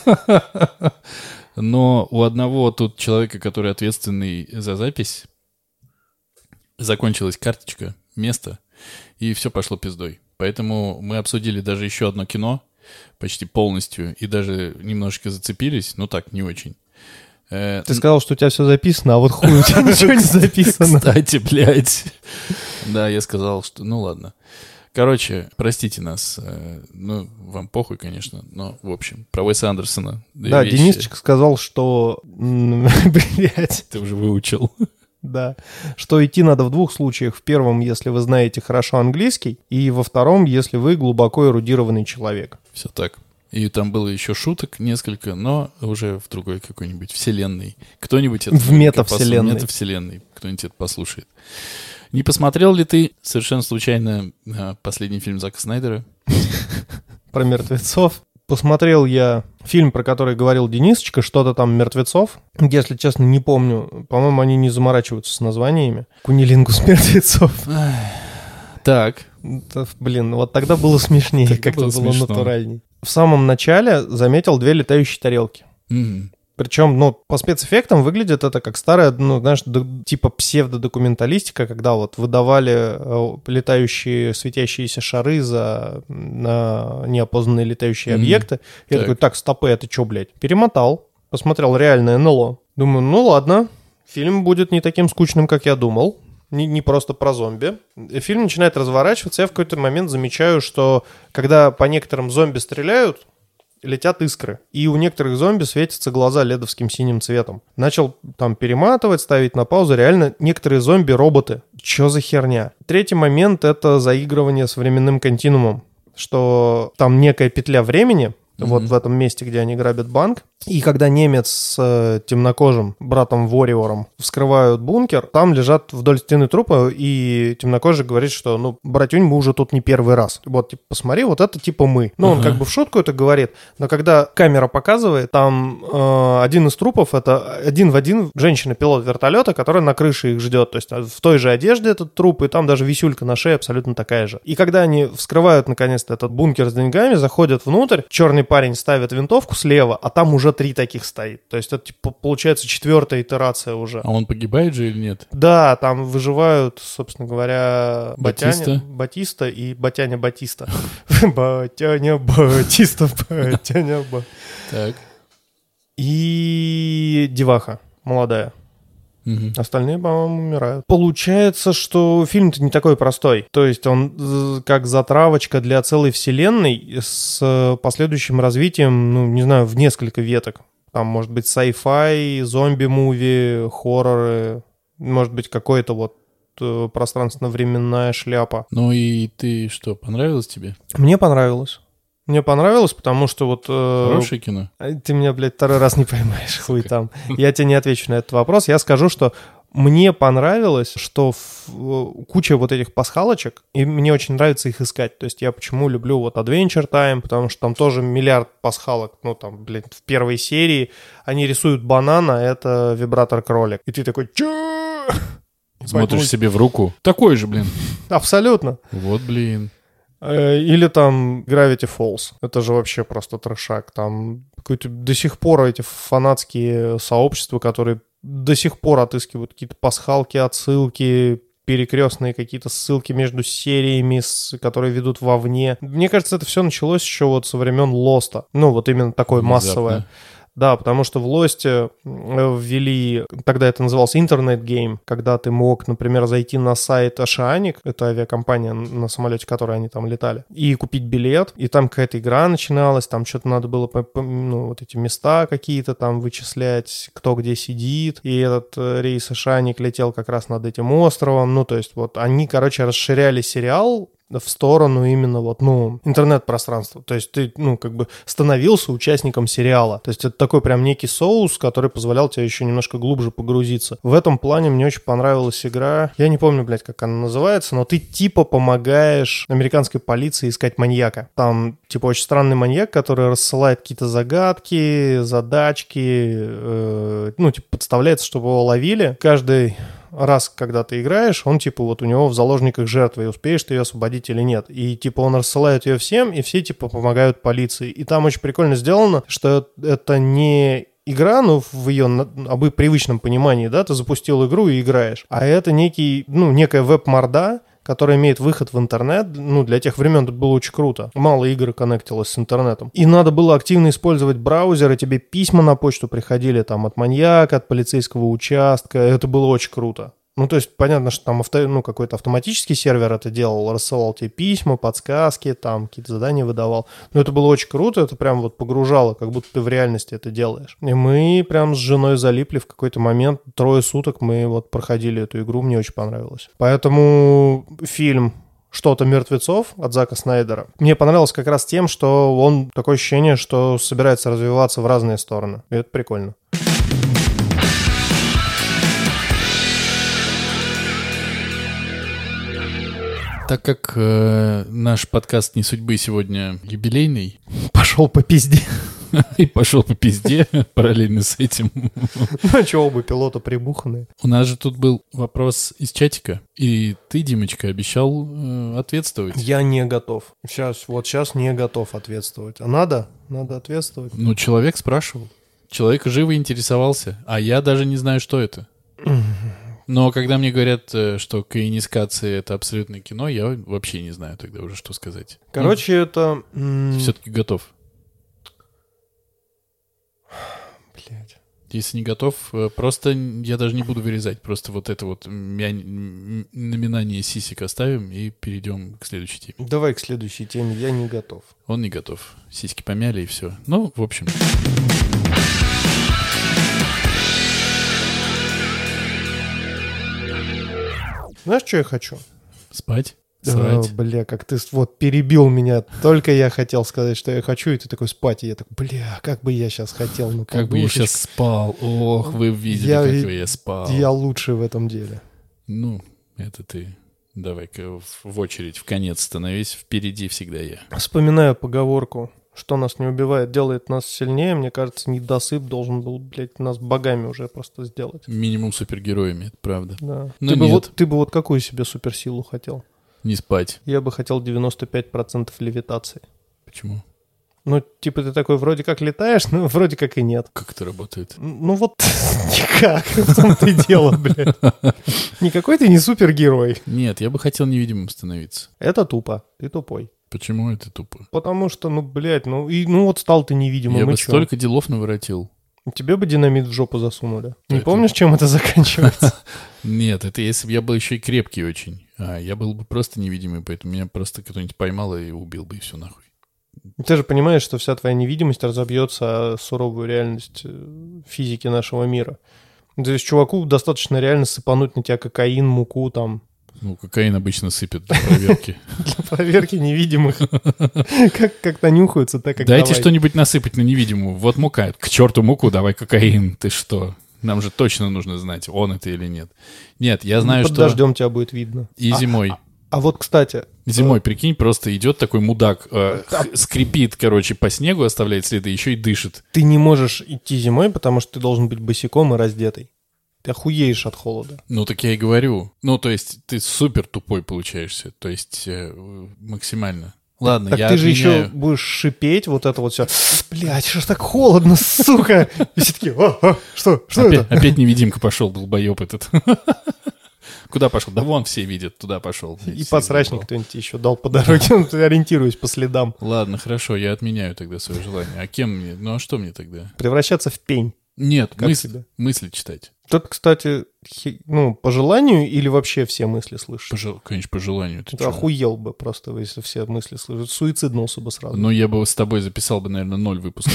S2: но у одного тут человека, который ответственный за запись, закончилась карточка, место, и все пошло пиздой. Поэтому мы обсудили даже еще одно кино, почти полностью, и даже немножечко зацепились, но так, не очень. Э,
S1: Ты сказал, что у тебя все записано, а вот хуй, у тебя ничего не записано.
S2: Кстати, блядь. Да, я сказал, что... Ну, ладно. Короче, простите нас. э, Ну, вам похуй, конечно, но, в общем, про Уэса Андерсона. две
S1: Да,
S2: вещи
S1: Денисочка сказал, что... м, Блядь,
S2: Ты уже выучил.
S1: да. Что идти надо в двух случаях. В первом, если вы знаете хорошо английский, и во втором, если вы глубоко эрудированный человек.
S2: Все так. И там было еще шуток несколько, но уже в другой какой-нибудь вселенной. Кто-нибудь это...
S1: В метавселенной.
S2: В метавселенной. Кто-нибудь это послушает. Не посмотрел ли ты совершенно случайно э, последний фильм Зака Снайдера?
S1: Про мертвецов. Посмотрел я фильм, про который говорил Денисочка, что-то там мертвецов. Если честно, не помню. По-моему, они не заморачиваются с названиями. Кунилингус мертвецов.
S2: Так.
S1: Это, блин, вот тогда было смешнее,
S2: Тогда
S1: как-то
S2: было
S1: было
S2: смешно.
S1: натуральней. В самом начале заметил две летающие тарелки.
S2: Мгм.
S1: Причем, ну, по спецэффектам выглядит это как старая, ну, знаешь, д- типа псевдодокументалистика, когда вот выдавали э, летающие светящиеся шары за на неопознанные летающие
S2: Мгм.
S1: объекты. Я
S2: Так.
S1: такой, так, стопы, это что, блядь? Перемотал, посмотрел реальное эн эл о. Думаю, ну ладно, Фильм будет не таким скучным, как я думал. Не, не просто про зомби. Фильм начинает разворачиваться. Я в какой-то момент замечаю, что когда по некоторым зомби стреляют, летят искры. И у некоторых зомби светятся глаза ледовским синим цветом. Начал там перематывать, ставить на паузу. Реально, некоторые зомби — роботы. Чё за херня? Третий момент — это заигрывание с временным континуумом. Что там некая петля времени, mm-hmm. вот в этом месте, где они грабят банк. И когда немец с э, темнокожим братом-вориором вскрывают бункер, там лежат вдоль стены трупы, и темнокожий говорит, что, ну, братюнь, мы уже тут не первый раз. Вот, типа, посмотри, вот это типа мы. Ну, он uh-huh. как бы в шутку это говорит, но когда камера показывает, там э, один из трупов — это один в один женщина-пилот вертолета, которая на крыше их ждет. То есть в той же одежде этот труп, и там даже висюлька на шее абсолютно такая же. И когда они вскрывают, наконец-то, этот бункер с деньгами, заходят внутрь, черный парень ставит винтовку слева, а там уже три таких стоит. То есть это, типа, получается четвертая итерация уже.
S2: А он погибает же или нет?
S1: Да, там выживают, собственно говоря,
S2: Батиста,
S1: Батяня, Батиста и Батяня Батиста. Батяня Батиста, Батяня Батиста.
S2: Так.
S1: И деваха молодая. Остальные, по-моему, умирают. Получается, что фильм-то не такой простой. То есть он как затравочка для целой вселенной с последующим развитием, ну, не знаю, в несколько веток. Там может быть sci-fi, зомби-муви, хорроры, может быть какой-то вот пространственно-временная шляпа.
S2: Ну и ты что, понравилось тебе?
S1: Мне понравилось. Мне понравилось, потому что вот... Э,
S2: Хорошее кино.
S1: Ты меня, блядь, второй раз не поймаешь, хуй там. Я тебе не отвечу на этот вопрос. Я скажу, что мне понравилось, что в, куча вот этих пасхалочек, и мне очень нравится их искать. То есть я почему люблю вот Adventure Time, потому что там тоже миллиард пасхалок. Ну там, блядь, в первой серии они рисуют банана, это вибратор-кролик. И ты такой... Чё?
S2: Смотришь
S1: Поэтому...
S2: себе в руку. Такой же, блин.
S1: Абсолютно.
S2: Вот, блин.
S1: Или там Gravity Falls. Это же вообще просто трешак. Там какой-то до сих пор эти фанатские сообщества, которые до сих пор отыскивают какие-то пасхалки, отсылки, перекрестные какие-то ссылки между сериями, которые ведут вовне. Мне кажется, это все началось еще вот со времен Лоста. Ну, вот именно такое массовое. Да, потому что в Лосте ввели, тогда это называлось интернет-гейм, когда ты мог, например, зайти на сайт Oceanic, это авиакомпания, на самолете которой они там летали, и купить билет, и там какая-то игра начиналась, там что-то надо было, ну, вот эти места какие-то там вычислять, кто где сидит, и этот рейс Oceanic летел как раз над этим островом, ну, то есть вот они, короче, расширяли сериал в сторону именно вот, ну, интернет-пространства. То есть ты, ну, как бы становился участником сериала. То есть это такой прям некий соус, который позволял тебе еще немножко глубже погрузиться. В этом плане мне очень понравилась игра. Я не помню, блядь, как она называется, но ты типа помогаешь американской полиции искать маньяка. Там, типа, очень странный маньяк, который рассылает какие-то загадки, задачки, э, ну, типа, подставляется, чтобы его ловили. Каждый раз, когда ты играешь, он, типа, вот у него в заложниках жертва, и успеешь ты ее освободить или нет. И, типа, он рассылает ее всем, и все, типа, помогают полиции. И там очень прикольно сделано, что это не игра, ну, в ее об привычном понимании, да, ты запустил игру и играешь. А это некий, ну, некая веб-морда, которая имеет выход в интернет. Ну, для тех времен это было очень круто. Мало игр коннектилось с интернетом. И надо было активно использовать браузер, и тебе письма на почту приходили там от маньяка, от полицейского участка. Это было очень круто. Ну, то есть, понятно, что там авто, ну, какой-то автоматический сервер это делал, рассылал тебе письма, подсказки, там какие-то задания выдавал. Но это было очень круто, это прям вот погружало, как будто ты в реальности это делаешь. И мы прям с женой залипли в какой-то момент. Трое суток мы вот проходили эту игру, мне очень понравилось. Поэтому фильм «Что-то мертвецов» от Зака Снайдера мне понравился как раз тем, что он такое ощущение, что собирается развиваться в разные стороны. И это прикольно.
S2: Так как э, наш подкаст «Не судьбы» сегодня юбилейный...
S1: Пошел по пизде.
S2: И пошел по пизде параллельно с этим.
S1: Ну, чего бы пилота прибуханные.
S2: У нас же тут был вопрос из чатика, и ты, Димочка, обещал э, ответствовать.
S1: Я не готов. Сейчас, вот сейчас не готов ответствовать. А надо? Надо ответствовать.
S2: Ну, человек спрашивал. Человек живо интересовался, а я даже не знаю, что это. Но когда мне говорят, что каинискация — это абсолютное кино, я вообще не знаю тогда уже, что сказать.
S1: Короче, ну, это...
S2: М- все-таки готов.
S1: Блядь.
S2: Если не готов, э, просто я даже не буду вырезать. Просто вот это вот мя... наминание сисек оставим и перейдем к следующей теме.
S1: Давай к следующей теме. Я не готов.
S2: Он не готов. Сиськи помяли и все. Ну, в общем.
S1: Знаешь, что я хочу?
S2: Спать?
S1: Да,
S2: Срать?
S1: бля, как ты вот перебил меня. Только я хотел сказать, что я хочу, и ты такой спать. И я такой, бля, как бы я сейчас хотел. Ну,
S2: Как бы я сейчас спал. Ох, вы видели,
S1: Я
S2: как
S1: ви-
S2: бы я спал.
S1: Я лучший в этом деле.
S2: Ну, это ты. Давай-ка в, в очередь, в конец становись. Впереди всегда я.
S1: Вспоминаю поговорку, что нас не убивает, делает нас сильнее. Мне кажется, недосып должен был, блядь, нас богами уже просто сделать.
S2: Минимум супергероями, это правда.
S1: Да.
S2: Но
S1: ты, бы
S2: нет.
S1: вот, ты бы вот какую себе суперсилу хотел?
S2: Не спать.
S1: Я бы хотел девяносто пять процентов левитации.
S2: Почему?
S1: Ну, типа ты такой вроде как летаешь, но вроде как и нет.
S2: Как это работает?
S1: Ну вот никак, в том-то и дело, блядь. Никакой ты не супергерой.
S2: Нет, я бы хотел невидимым становиться.
S1: Это тупо, ты тупой.
S2: Почему это тупо?
S1: Потому что, ну, блядь, ну, и, ну вот стал ты невидимым,
S2: Я
S1: и
S2: бы
S1: чё?
S2: столько делов наворотил.
S1: Тебе бы динамит в жопу засунули. Не
S2: Это-
S1: помнишь, чем это заканчивается?
S2: Нет, это если бы я был еще и крепкий очень. А я был бы просто невидимый, поэтому меня просто кто-нибудь поймал и убил бы, и все нахуй.
S1: Ты же понимаешь, что вся твоя невидимость разобьется о суровую реальность э, физики нашего мира. То есть чуваку достаточно реально сыпануть на тебя кокаин, муку там,
S2: Ну, кокаин обычно сыпят для проверки.
S1: для проверки невидимых. Как, как нанюхаются, так как
S2: Дайте
S1: давай.
S2: что-нибудь насыпать на невидимую. Вот мука. К черту муку, давай кокаин. Ты что? Нам же точно нужно знать, он это или нет. Нет, я знаю,
S1: Под
S2: что...
S1: дождем тебя будет видно.
S2: И зимой.
S1: А вот, кстати,
S2: Зимой, прикинь, просто идет такой мудак, э, х- скрипит, короче, по снегу, оставляет следы, еще и дышит.
S1: ты не можешь идти зимой, потому что ты должен быть босиком и раздетый. Ты охуеешь от холода.
S2: Ну, так я и говорю. Ну, то есть, ты супер тупой получаешься. То есть, э, максимально. Ладно,
S1: Так
S2: я
S1: ты же еще
S2: отменяю.
S1: будешь шипеть, вот это вот все. Блядь, что ж так холодно, сука? И все такие, «А, а, что, что
S2: Опять,
S1: это?
S2: опять невидимка пошел, долбоеб этот. Куда пошел? Да вон все видят, туда пошел.
S1: И
S2: Все
S1: подсрачник
S2: задолбал.
S1: кто-нибудь еще дал по дороге, ну, ты ориентируюсь по следам.
S2: Ладно, хорошо, я отменяю тогда свое желание. А кем мне? Ну, а что мне тогда?
S1: Превращаться в пень.
S2: Нет,
S1: Как
S2: мысли,
S1: тебе?
S2: мысли читать.
S1: Тут, кстати, хи- ну, по желанию или вообще все мысли слышишь?
S2: По жел- Конечно, по желанию. Ты
S1: Ты
S2: чё?
S1: охуел бы просто, если все мысли слышишь. Суициднулся бы сразу.
S2: Ну, я бы с тобой записал бы, наверное, ноль выпусков.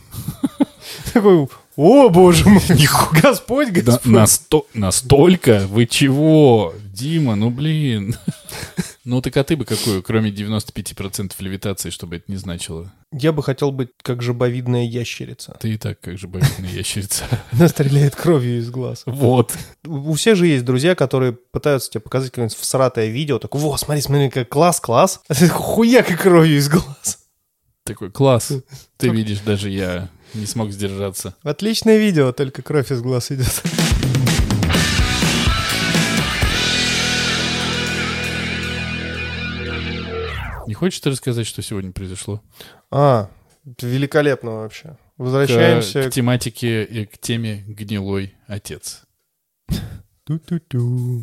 S1: Такой, о, боже мой, Господь,
S2: Да,
S1: Господь.
S2: насто- Настолько? Вы чего? Дима, ну блин. Ну так а ты бы какую, кроме девяносто пять процентов левитации, чтобы это не значило?
S1: Я бы хотел быть как жабовидная ящерица.
S2: Ты и так как же боевная ящерица.
S1: Она стреляет кровью из глаз.
S2: Вот.
S1: У всех же есть друзья, которые пытаются тебе показать какое-нибудь всратое видео. Так, во, смотри, смотри, как класс, класс. А ты такой, хуяк и кровью из глаз.
S2: Такой класс. Ты видишь, даже я не смог сдержаться.
S1: Отличное видео, только кровь из глаз идет.
S2: Не хочешь ты рассказать, что сегодня произошло?
S1: А, это великолепно вообще.
S2: К,
S1: Возвращаемся
S2: к тематике и к теме «Гнилой отец».
S1: Ту-ту-ту.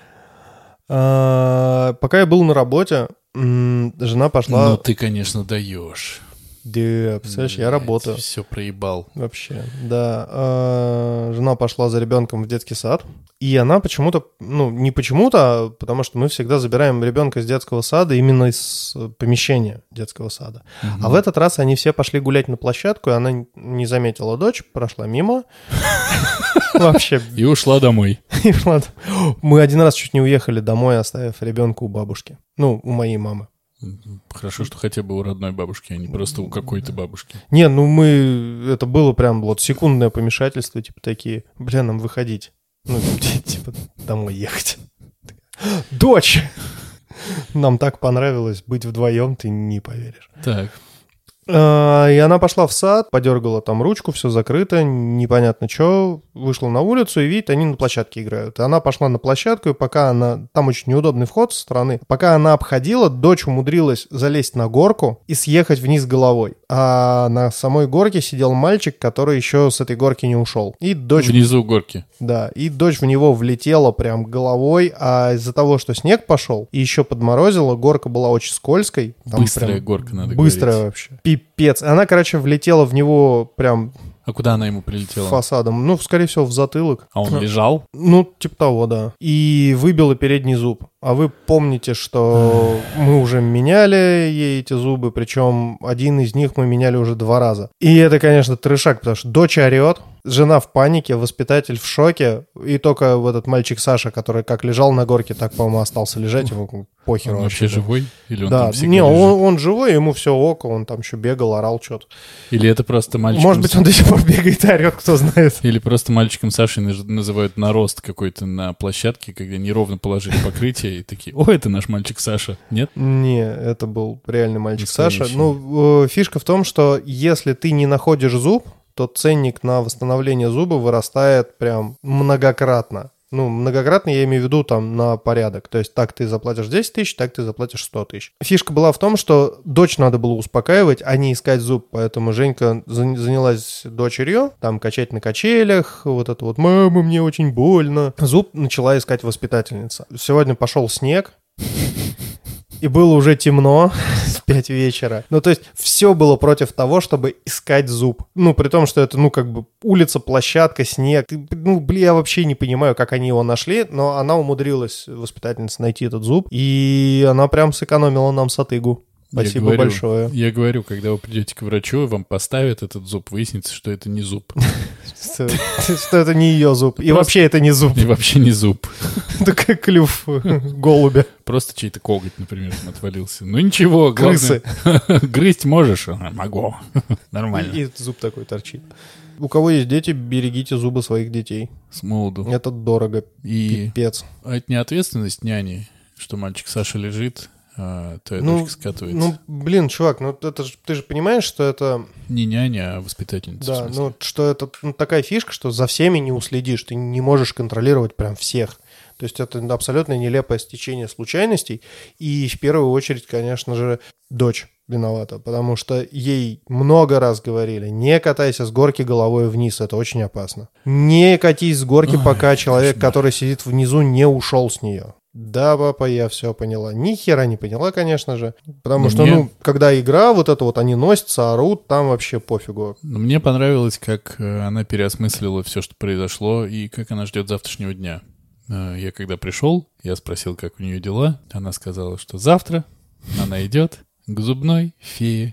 S1: А, пока я был на работе, м, жена пошла...
S2: Ну ты, конечно, даешь.
S1: Да, представляешь, я работаю.
S2: Все проебал.
S1: Вообще, да. А, жена пошла за ребенком в детский сад. И она почему-то, ну, не почему-то, а потому что мы всегда забираем ребенка из детского сада именно из помещения детского сада. А в этот раз они все пошли гулять на площадку, и она не заметила дочь, прошла мимо. Вообще.
S2: И ушла домой.
S1: И ладно. Мы один раз чуть не уехали домой, оставив ребенка у бабушки. Ну, у моей мамы.
S2: Хорошо, что хотя бы у родной бабушки, а не просто у какой-то бабушки.
S1: Не, ну мы... Это было прям вот секундное помешательство, типа такие, бля, нам выходить. Ну, типа, домой ехать. Дочь! Нам так понравилось быть вдвоем, ты не поверишь.
S2: Так.
S1: А, И она пошла в сад, подергала там ручку, все закрыто, непонятно что, вышла на улицу и видит, они на площадке играют. И она пошла на площадку, и пока она... Там очень неудобный вход со стороны. Пока она обходила, дочь умудрилась залезть на горку и съехать вниз головой. А на самой горке сидел мальчик, который еще с этой горки не ушел. И дочь...
S2: Внизу горки.
S1: Да, и дочь в него влетела прям головой, а из-за того, что снег пошел и еще подморозило, горка была очень скользкой. Там
S2: Быстрая
S1: прям
S2: горка, надо
S1: Быстрая
S2: говорить.
S1: вообще. Пипец. Она, короче, влетела в него прям
S2: А куда она ему прилетела?
S1: Фасадом. Ну, скорее всего, в затылок.
S2: А он лежал?
S1: Ну, типа того, да. И выбила передний зуб. А вы помните, что мы уже меняли ей эти зубы, причем один из них мы меняли уже два раза. И это, конечно, трешак, потому что дочь орет, жена в панике, воспитатель в шоке, и только вот этот мальчик Саша, который как лежал на горке, так, по-моему, остался лежать, ему похер
S2: Он
S1: вообще.
S2: вообще живой? Или он
S1: да,
S2: там всегда
S1: не, он,
S2: лежит?
S1: он живой, ему все ок, он там еще бегал, орал что-то.
S2: Или это просто мальчиком...
S1: Может быть, он до сих пор бегает и орет, кто знает.
S2: Или просто мальчиком Сашей наз- называют нарост какой-то на площадке, когда неровно положили покрытие, и такие, о, это наш мальчик Саша. Нет?
S1: Не, это был реальный мальчик Саша.
S2: Настоящий.
S1: Ну, э, фишка в том, что если ты не находишь зуб, то ценник на восстановление зуба вырастает прям многократно. Ну, многократно я имею в виду там на порядок. То есть так ты заплатишь десять тысяч, так ты заплатишь сто тысяч. Фишка была в том, что дочь надо было успокаивать, а не искать зуб. Поэтому Женька за- занялась дочерью, там качать на качелях, вот это вот «мама, мне очень больно». Зуб начала искать воспитательница. Сегодня пошел снег, и было уже темно в пять вечера. Ну, то есть все было против того, чтобы искать зуб. Ну, при том, что это, ну, как бы улица, площадка, снег. Ты, ну, блин, я вообще не понимаю, как они его нашли, но она умудрилась, воспитательница, найти этот зуб, и она прям сэкономила нам сатыгу. Спасибо
S2: Я говорю,
S1: большое.
S2: Я говорю, когда вы придете к врачу, и вам поставят этот зуб, выяснится, что это не зуб.
S1: Что что это не ее зуб. И вообще это не зуб.
S2: И вообще не зуб.
S1: Это как клюв голубя.
S2: Просто чей-то коготь, например, там отвалился. Ну ничего, главное...
S1: Крысы.
S2: Грызть можешь? Ага, могу. Нормально.
S1: И зуб такой торчит. У кого есть дети, берегите зубы своих детей.
S2: С молоду.
S1: Это дорого.
S2: И
S1: Пипец.
S2: это не ответственность няни, что мальчик Саша лежит, а твоя
S1: Ну,
S2: дочка скатывается.
S1: Ну, блин, чувак, ну это ж, ты же понимаешь, что это...
S2: Не няня, а воспитательница. в
S1: Да,
S2: смысле.
S1: ну, что это ну, такая фишка, что за всеми не уследишь, ты не можешь контролировать прям всех. То есть это абсолютно нелепое стечение случайностей. И в первую очередь, конечно же, дочь виновата, потому что ей много раз говорили, не катайся с горки головой вниз, это очень опасно. Не катись с горки,
S2: Ой,
S1: пока человек,
S2: кошмар.
S1: который сидит внизу, не ушел с нее. Да, папа, я все поняла. Ни хера не поняла, конечно же. Потому
S2: Но
S1: что,
S2: мне-
S1: ну, когда игра, вот это вот, они носятся, орут, там вообще пофигу.
S2: Но мне понравилось, как э, она переосмыслила все, что произошло, и как она ждет завтрашнего дня. Э, Я когда пришел, я спросил, как у нее дела. Она сказала, что завтра она идет к зубной фее.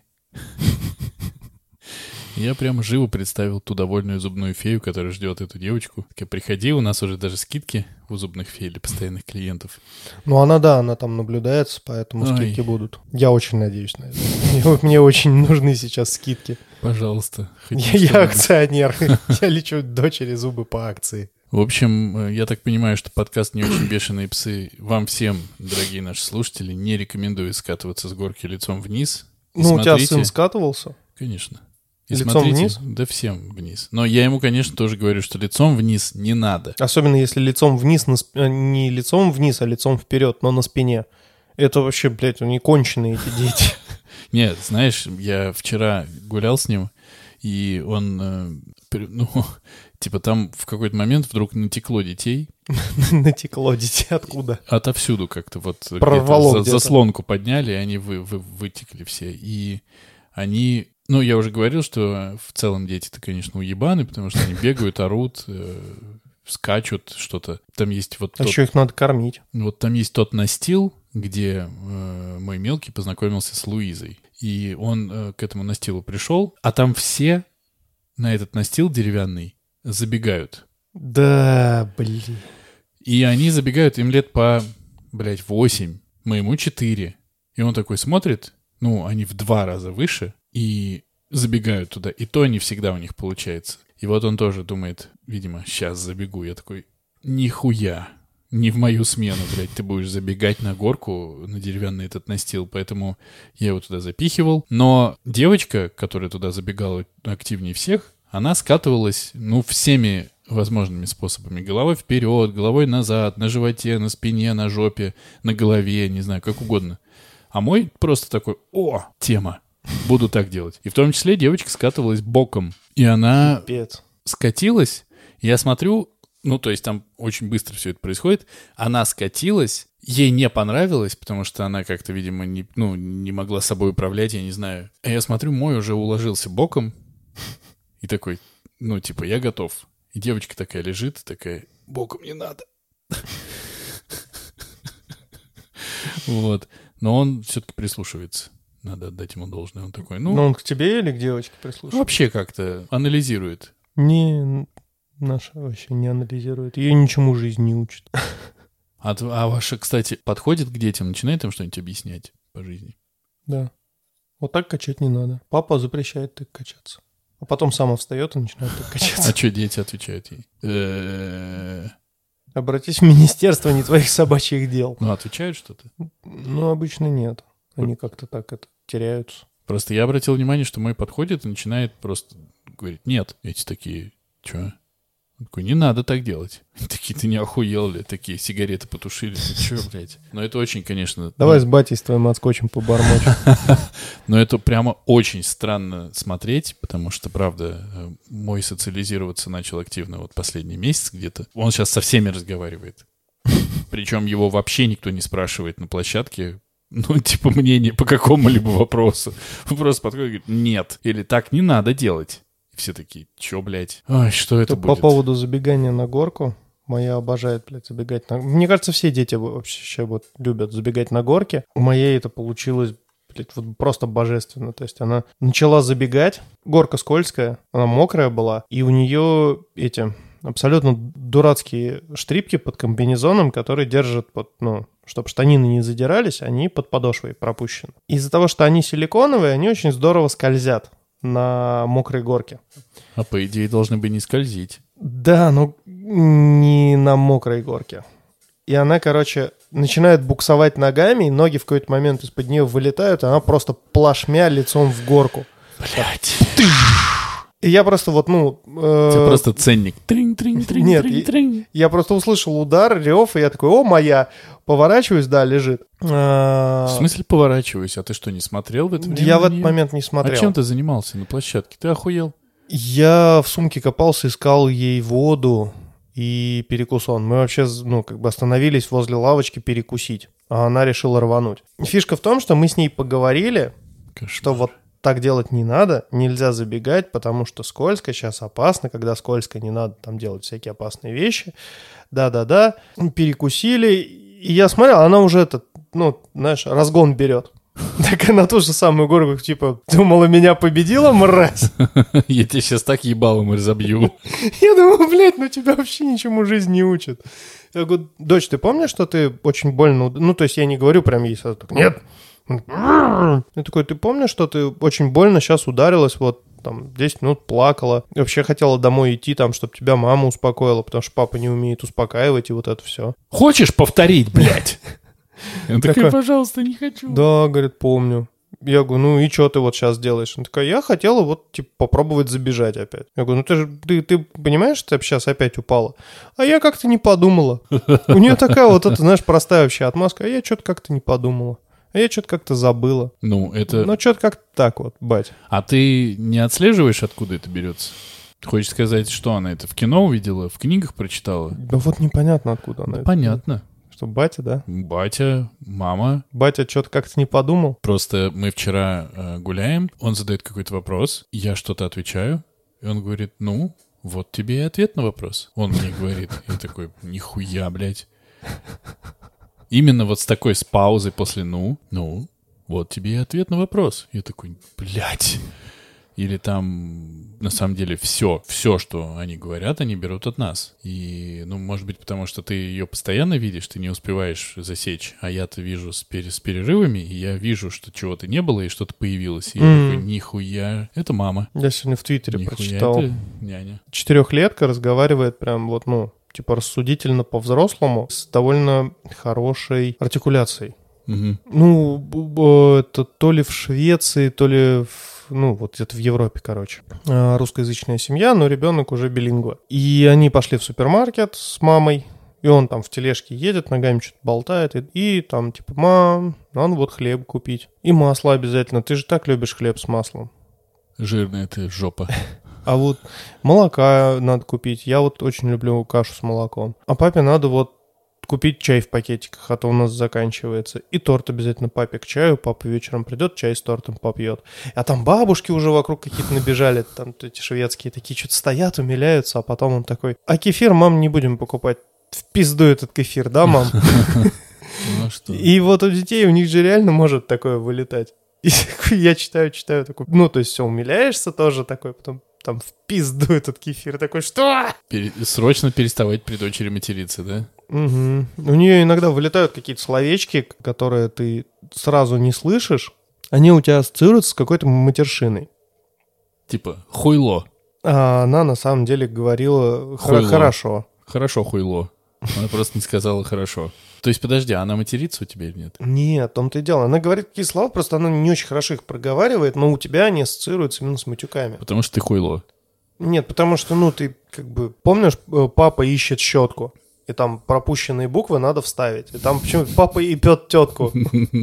S2: Я прям живо представил ту довольную зубную фею, которая ждет эту девочку. Такая, приходи, у нас уже даже скидки у зубных фей для постоянных клиентов.
S1: Ну, она, да, она там наблюдается, поэтому
S2: Ой.
S1: скидки будут. Я очень надеюсь на это. Мне, мне очень нужны сейчас скидки.
S2: Пожалуйста. хоть
S1: Я, я
S2: что-нибудь.
S1: акционер. Я лечу дочери зубы по акции.
S2: В общем, э, я так понимаю, что подкаст «Не очень бешеные псы» вам всем, дорогие наши слушатели, не рекомендую скатываться с горки лицом вниз. И
S1: Ну, у тебя
S2: смотрите-
S1: сын скатывался?
S2: Конечно. И
S1: Лицом
S2: смотрите,
S1: вниз?
S2: Да всем вниз. Но я ему, конечно, тоже говорю, что лицом вниз не надо.
S1: Особенно если лицом вниз, на сп- э, не лицом вниз, а лицом вперед, но на спине. Это вообще, блядь, они конченые, эти дети.
S2: Нет, знаешь, я вчера гулял с ним, и он, э, при- ну, типа там в какой-то момент вдруг натекло детей.
S1: Натекло детей откуда?
S2: Отовсюду как-то вот
S1: Прорвало
S2: где-то за-
S1: где-то.
S2: заслонку подняли, и они вы, вы- вытекли все. И они... Ну, я уже говорил, что в целом дети-то, конечно, уебаны, потому что они бегают, орут, э, скачут, что-то. Там есть вот
S1: А
S2: тот,
S1: еще их надо кормить.
S2: вот там есть тот настил, где э, мой мелкий познакомился с Луизой. И он э, к этому настилу пришел, а там все на этот настил деревянный забегают.
S1: Да, блин.
S2: И они забегают, им лет по, блядь, восемь, моему четыре. И он такой смотрит, ну, они в два раза выше, и забегают туда. И то не всегда у них получается. И вот он тоже думает, видимо, сейчас забегу. Я такой, нихуя, не в мою смену, блядь, ты будешь забегать на горку, на деревянный этот настил. Поэтому я его туда запихивал. Но девочка, которая туда забегала активнее всех, она скатывалась, ну, всеми возможными способами. Головой вперед, головой назад, на животе, на спине, на жопе, на голове, не знаю, как угодно. А мой просто такой, о, тема, буду так делать. И в том числе девочка скатывалась боком. И она
S1: Пипец.
S2: скатилась, и я смотрю, ну, то есть там очень быстро все это происходит. Она скатилась, ей не понравилось, потому что она как-то, видимо, не, ну, не могла собой управлять, я не знаю. А я смотрю, мой уже уложился боком, и такой, ну, типа, я готов. И девочка такая лежит, такая, боком не надо. Вот. Но он все-таки прислушивается. Надо отдать ему должное. Он такой, ну...
S1: Но он к тебе или к девочке прислушивается?
S2: Вообще как-то анализирует.
S1: Не, наша вообще не анализирует. Ее ничему жизнь не учит.
S2: А, а ваша, кстати, подходит к детям, начинает им что-нибудь объяснять по жизни?
S1: Да. Вот так качать не надо. Папа запрещает так качаться. А потом сама встает и начинает так качаться.
S2: А что дети отвечают ей?
S1: Обратись в министерство не твоих собачьих дел.
S2: Ну, отвечают что-то?
S1: Ну, обычно нет. Они как-то так это теряются.
S2: Просто я обратил внимание, что мой подходит и начинает просто говорить, нет. Эти такие, что? Он такой, не надо так делать. Такие, ты не охуел ли? Такие, сигареты потушили. Ты что, блядь? Но это очень, конечно...
S1: Давай
S2: ну...
S1: с батей с твоим отскочем побормочем.
S2: Но это прямо очень странно смотреть, потому что, правда, мой социализироваться начал активно вот последний месяц где-то. Он сейчас со всеми разговаривает. Причем его вообще никто не спрашивает на площадке, ну, типа, мнение по какому-либо вопросу. Он просто подходит и говорит, нет. Или так не надо делать. И все такие, чё, блядь? Ой, что это будет?
S1: По поводу забегания на горку. Моя обожает, блядь, забегать на... Мне кажется, все дети вообще вот любят забегать на горке. У моей это получилось, блядь, вот просто божественно. То есть она начала забегать. Горка скользкая, она мокрая была. И у нее эти абсолютно дурацкие штрипки под комбинезоном, которые держат под, ну... чтобы штанины не задирались, они под подошвой пропущены. Из-за того, что они силиконовые, они очень здорово скользят на мокрой горке.
S2: А по идее должны бы не скользить.
S1: Да, но не на мокрой горке. И она, короче, начинает буксовать ногами, и ноги в какой-то момент из-под нее вылетают, и она просто плашмя лицом в горку.
S2: Блядь.
S1: И я просто вот, ну...
S2: Э... Это просто ценник. Тринь-тринь-тринь.
S1: Нет,
S2: тринь-тринь.
S1: Я, я просто услышал удар, рев, и я такой, о, моя. Поворачиваюсь, да, лежит.
S2: В смысле поворачиваюсь? А ты что, не смотрел в это время?
S1: Я в этот момент не смотрел.
S2: А чем ты занимался на площадке? Ты охуел?
S1: Я в сумке копался, искал ей воду и перекусон. Мы вообще, ну, как бы остановились возле лавочки перекусить, а она решила рвануть. Фишка в том, что мы с ней поговорили, Кошмар. Что вот так делать не надо, нельзя забегать, потому что скользко, сейчас опасно, когда скользко, не надо там делать всякие опасные вещи. Да-да-да, перекусили, и я смотрел, она уже этот, ну, знаешь, разгон берет. Так на ту же самую горку, типа, думала, меня победила, мразь?
S2: Я тебе сейчас так ебалом разобью.
S1: Я думаю, блядь, ну тебя вообще ничему жизнь не учит. Я говорю, дочь, ты помнишь, что ты очень больно... Ну, то есть я не говорю прям ей сразу, нет. Я такой, ты помнишь, что ты очень больно сейчас ударилась, вот там десять минут плакала. И вообще хотела домой идти, там, чтобы тебя мама успокоила, потому что папа не умеет успокаивать, и вот это все.
S2: Хочешь повторить, блядь? Он такой, пожалуйста, не хочу.
S1: Да, говорит, помню. Я говорю, ну и что ты вот сейчас делаешь? Он такой, я хотела вот, типа, попробовать забежать опять. Я говорю, ну ты же, ты, ты понимаешь, что ты сейчас опять упала? А я как-то не подумала. У нее такая вот, это, знаешь, простая вообще отмазка. А я что-то как-то не подумала. А я что-то как-то забыла.
S2: Ну, это...
S1: Ну, что-то как-то так вот, бать.
S2: А ты не отслеживаешь, откуда это берется? Хочешь сказать, что она это в кино увидела, в книгах прочитала?
S1: Да вот непонятно, откуда она
S2: да
S1: это.
S2: Понятно.
S1: Что, батя, да?
S2: Батя, мама.
S1: Батя что-то как-то не подумал.
S2: Просто мы вчера э, гуляем, он задает какой-то вопрос, я что-то отвечаю, и он говорит, ну, вот тебе и ответ на вопрос. Он мне говорит, я такой, нихуя, блядь. Именно вот с такой, с паузой после «ну», «ну», вот тебе и ответ на вопрос. Я такой, блядь. Или там, на самом деле, все, все, что они говорят, они берут от нас. И, ну, может быть, потому что ты ее постоянно видишь, ты не успеваешь засечь, а я-то вижу с, пер- с перерывами, и я вижу, что чего-то не было, и что-то появилось. И mm. я такой, нихуя, это мама.
S1: Я сегодня в Твиттере
S2: нихуя
S1: прочитал.
S2: Это няня.
S1: Четырехлетка разговаривает прям вот, ну, типа рассудительно по-взрослому, с довольно хорошей артикуляцией.
S2: Угу.
S1: Ну, это то ли в Швеции, то ли в, ну, вот где-то в Европе, короче. Русскоязычная семья, но ребенок уже билингва. И они пошли в супермаркет с мамой, и он там в тележке едет, ногами что-то болтает, и, и там типа, мам, надо вот хлеб купить. И масло обязательно, ты же так любишь хлеб с маслом.
S2: Жирная ты жопа.
S1: А вот молока надо купить. Я вот очень люблю кашу с молоком. А папе надо вот купить чай в пакетиках, а то у нас заканчивается. И торт обязательно папе к чаю. Папа вечером придет, чай с тортом попьет. А там бабушки уже вокруг какие-то набежали. Там эти шведские такие что-то стоят, умиляются. А потом он такой: а кефир, мам, не будем покупать. В пизду этот кефир, да, мам? И вот у детей, у них же реально может такое вылетать. И я читаю, читаю, такой, ну, то есть все, умиляешься тоже такой, потом там в пизду этот кефир, такой, что?
S2: Пере- срочно переставать при дочери материться, да?
S1: Угу. У нее иногда вылетают какие-то словечки, которые ты сразу не слышишь, они у тебя ассоциируются с какой-то матершиной.
S2: Типа хуйло.
S1: А она на самом деле говорила
S2: Хуйло.
S1: хорошо.
S2: Хорошо хуйло. Она просто не сказала хорошо. То есть, подожди, она матерится у тебя или нет?
S1: Нет, в том-то и дело. Она говорит какие слова, просто она не очень хорошо их проговаривает, но у тебя они ассоциируются именно с матюками.
S2: Потому что ты хуйло.
S1: Нет, потому что, ну, ты как бы... Помнишь, папа ищет щетку, и там пропущенные буквы надо вставить. И там почему-то папа и пьет тетку.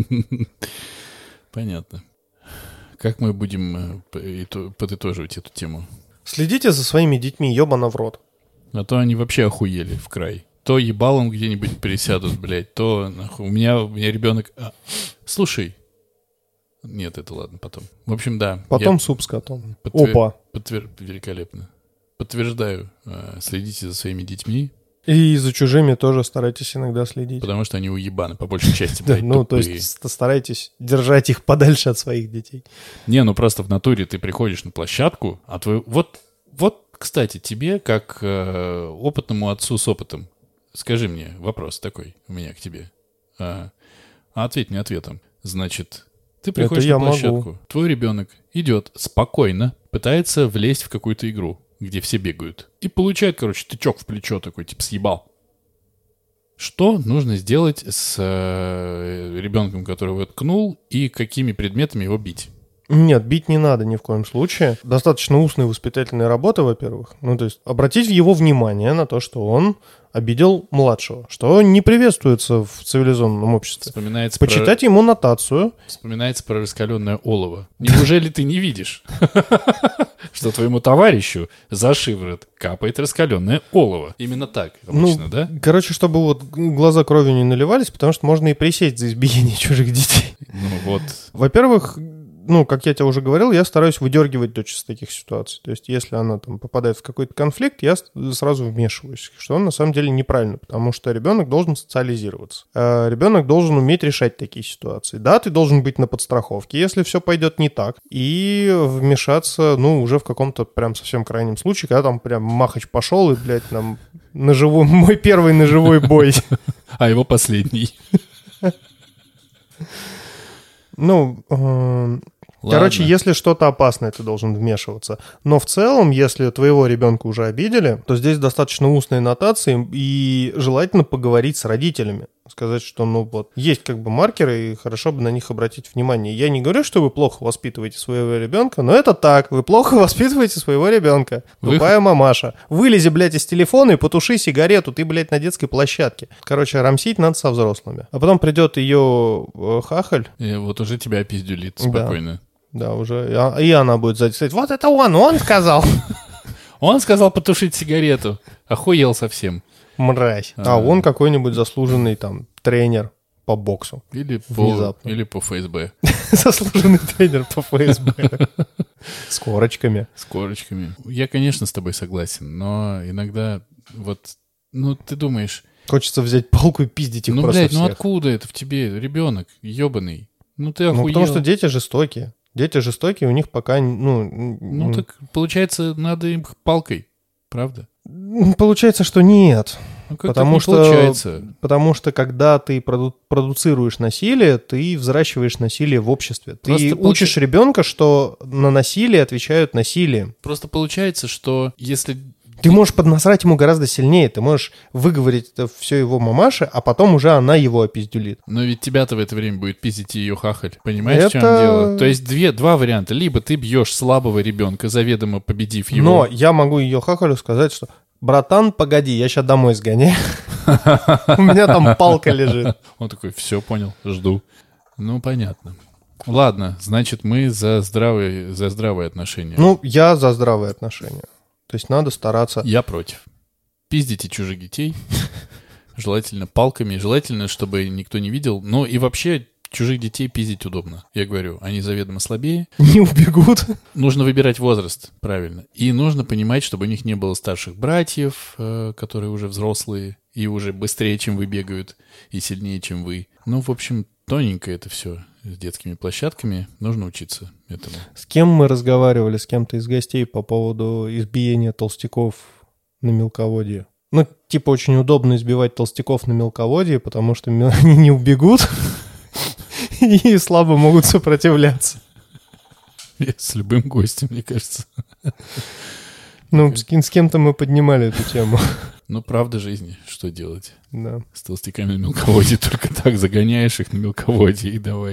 S2: Понятно. Как мы будем подытоживать эту тему?
S1: Следите за своими детьми, ебано в рот.
S2: А то они вообще охуели в край. То ебалом где-нибудь присядут, блядь, то нахуй. У меня, у меня ребенок... А, слушай. Нет, это ладно, потом. В общем, да.
S1: Потом суп с котом.
S2: Подтвер...
S1: Опа.
S2: Подтвер... Великолепно. Подтверждаю. Следите за своими детьми.
S1: И за чужими тоже старайтесь иногда следить.
S2: Потому что они уебаны, по большей части,
S1: да,
S2: блядь,
S1: ну,
S2: тупые.
S1: то есть старайтесь держать их подальше от своих детей.
S2: Не, ну просто в натуре ты приходишь на площадку, а твой... Вот, вот, кстати, тебе, как э, опытному отцу с опытом, скажи мне, вопрос такой у меня к тебе. А, а ответь мне ответом. Значит, ты приходишь
S1: Это
S2: на площадку,
S1: могу.
S2: Твой ребенок идет спокойно, пытается влезть в какую-то игру, где все бегают, и получает, короче, тычок в плечо такой, типа, съебал. Что нужно сделать с э, ребенком, которого ткнул, и какими предметами его бить?
S1: Нет, бить не надо ни в коем случае. Достаточно устной воспитательной работы, во-первых. Ну, то есть обратить его внимание на то, что он обидел младшего, что не приветствуется в цивилизованном обществе.
S2: Вспоминается
S1: Почитать
S2: про...
S1: ему нотацию.
S2: Вспоминается про раскаленное олово. Неужели ты не видишь, что твоему товарищу за шиворот капает раскаленное олово? Именно так обычно, да?
S1: Короче, чтобы вот глаза кровью не наливались, потому что можно и присесть за избиение чужих детей.
S2: Ну вот.
S1: Во-первых, ну, как я тебе уже говорил, я стараюсь выдергивать дочь из таких ситуаций. То есть, если она там попадает в какой-то конфликт, я сразу вмешиваюсь, что он на самом деле неправильно, потому что ребенок должен социализироваться. А ребенок должен уметь решать такие ситуации. Да, ты должен быть на подстраховке, если все пойдет не так, и вмешаться, ну, уже в каком-то прям совсем крайнем случае, когда там прям махач пошел, и, блядь, нам ножевой, мой первый ножевой бой.
S2: А его последний.
S1: Ну, короче, если что-то опасное, ты должен вмешиваться. Но в целом, если твоего ребенка уже обидели, то здесь достаточно устной нотации, и желательно поговорить с родителями. Сказать, что, ну вот, есть как бы маркеры, и хорошо бы на них обратить внимание. Я не говорю, что вы плохо воспитываете своего ребенка, но это так. Вы плохо воспитываете своего ребенка. Тупая мамаша. Вылези, блядь, из телефона и потуши сигарету. Ты, блядь, на детской площадке. Короче, рамсить надо со взрослыми. А потом придет ее э, хахаль.
S2: И вот уже тебя опиздюлит спокойно.
S1: Да, да, уже. И она будет сзади стоять. Вот это он, он сказал.
S2: Он сказал потушить сигарету. Охуел совсем.
S1: Мразь. А, а он какой-нибудь заслуженный там тренер по боксу.
S2: Или по, или по эф эс бэ.
S1: Заслуженный тренер по эф эс бэ. С корочками.
S2: С корочками. Я, конечно, с тобой согласен, но иногда вот, ну, ты думаешь...
S1: Хочется взять палку и пиздить их
S2: ну,
S1: просто
S2: блядь,
S1: всех.
S2: Ну, откуда это в тебе, ребенок ебаный? Ну, ты охуел.
S1: Ну, потому что дети жестокие. Дети жестокие, у них пока, ну...
S2: Ну, так, получается, надо им палкой, правда?
S1: Получается, что нет.
S2: Ну,
S1: потому что,
S2: получается.
S1: Потому что, когда ты проду- продуцируешь насилие, ты взращиваешь насилие в обществе. Просто ты получ... учишь ребенка, что на насилие отвечают насилием.
S2: Просто получается, что если...
S1: Ты можешь поднасрать ему гораздо сильнее, ты можешь выговорить это все его мамаше, а потом уже она его опиздюлит.
S2: Но ведь тебя-то в это время будет пиздить ее хахаль. Понимаешь,
S1: это...
S2: в чем дело? То есть две, два варианта. Либо ты бьешь слабого ребенка, заведомо победив его.
S1: Но я могу ее хахалю сказать, что братан, погоди, я сейчас домой сгоняю. У меня там палка лежит.
S2: Он такой, все, понял, жду. Ну, понятно. Ладно, значит, мы за здравые, за здравые отношения.
S1: Ну, я за здравые отношения. То есть надо стараться...
S2: Я против. Пиздите чужих детей. желательно палками, желательно, чтобы никто не видел. Ну и вообще чужих детей пиздить удобно. Я говорю, они заведомо слабее.
S1: Не убегут.
S2: Нужно выбирать возраст, правильно. И нужно понимать, чтобы у них не было старших братьев, э, которые уже взрослые и уже быстрее, чем вы бегают, и сильнее, чем вы. Ну, в общем, тоненько это все с детскими площадками. Нужно учиться этому.
S1: С кем мы разговаривали, с кем-то из гостей по поводу избиения толстяков на мелководье? Ну, типа, очень удобно избивать толстяков на мелководье, потому что они не убегут и слабо могут сопротивляться.
S2: С любым гостем, мне кажется.
S1: Ну, с, с кем-то мы поднимали эту тему.
S2: Ну, правда жизни, что делать?
S1: Да.
S2: С толстяками на мелководье только так загоняешь их на мелководье и давай.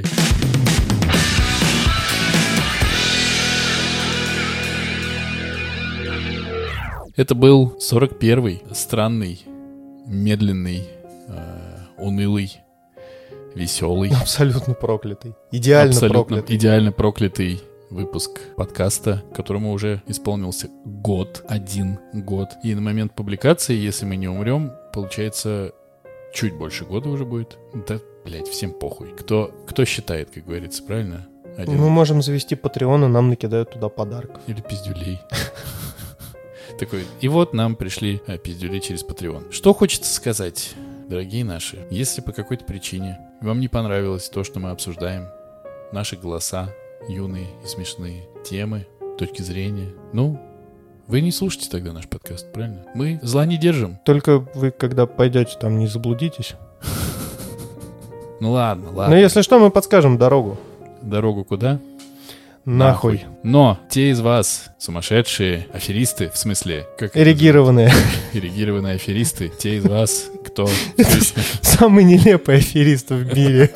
S2: Это был сорок первый странный, медленный, э, унылый, веселый.
S1: Абсолютно проклятый. Идеально
S2: абсолютно
S1: проклятый.
S2: Идеально проклятый выпуск подкаста, которому уже исполнился год, один год. И на момент публикации, если мы не умрем, получается, чуть больше года уже будет. Да, блядь, всем похуй. Кто, кто считает, как говорится, правильно? Один.
S1: Мы можем завести Patreon, и нам накидают туда подарков.
S2: Или пиздюлей. Такой, и вот нам пришли а, пиздюли через Patreon. Что хочется сказать, дорогие наши, если по какой-то причине вам не понравилось то, что мы обсуждаем, наши голоса, юные и смешные темы, точки зрения, ну, вы не слушайте тогда наш подкаст, правильно? Мы зла не держим.
S1: Только вы, когда пойдете, там не заблудитесь.
S2: Ну ладно, ладно.
S1: Но если что, мы подскажем дорогу.
S2: Дорогу куда?
S1: Нахуй.
S2: Но те из вас, сумасшедшие аферисты, в смысле... как
S1: Эрегированные.
S2: Эрегированные аферисты, те из вас, кто...
S1: Самый нелепый аферист в мире.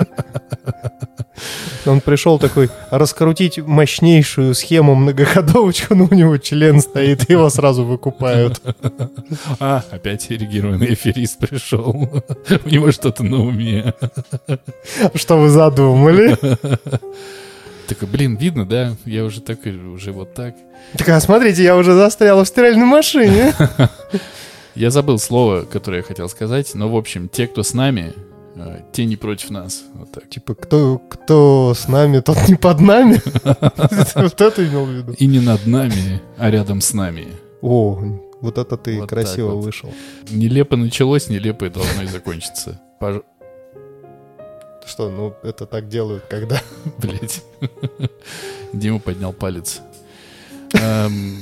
S1: Он пришел такой раскрутить мощнейшую схему многоходовочку, но у него член стоит, и его сразу выкупают.
S2: А, опять эрегированный аферист пришел. У него что-то на уме.
S1: Что вы задумали?
S2: Так, блин, видно, да? Я уже так, уже вот так.
S1: Так, а смотрите, я уже застрял в стиральной машине.
S2: Я забыл слово, которое я хотел сказать, но, в общем, те, кто с нами, те не против нас. Вот так.
S1: Типа, кто, кто с нами, тот не под нами. Вот это имел в виду.
S2: И не над нами, а рядом с нами.
S1: О, вот это ты
S2: Вот
S1: красиво
S2: вот.
S1: вышел.
S2: Нелепо началось, нелепо и должно и закончиться. Пож...
S1: Что, ну, это так делают, когда...
S2: Блять. Дима поднял палец. Эм...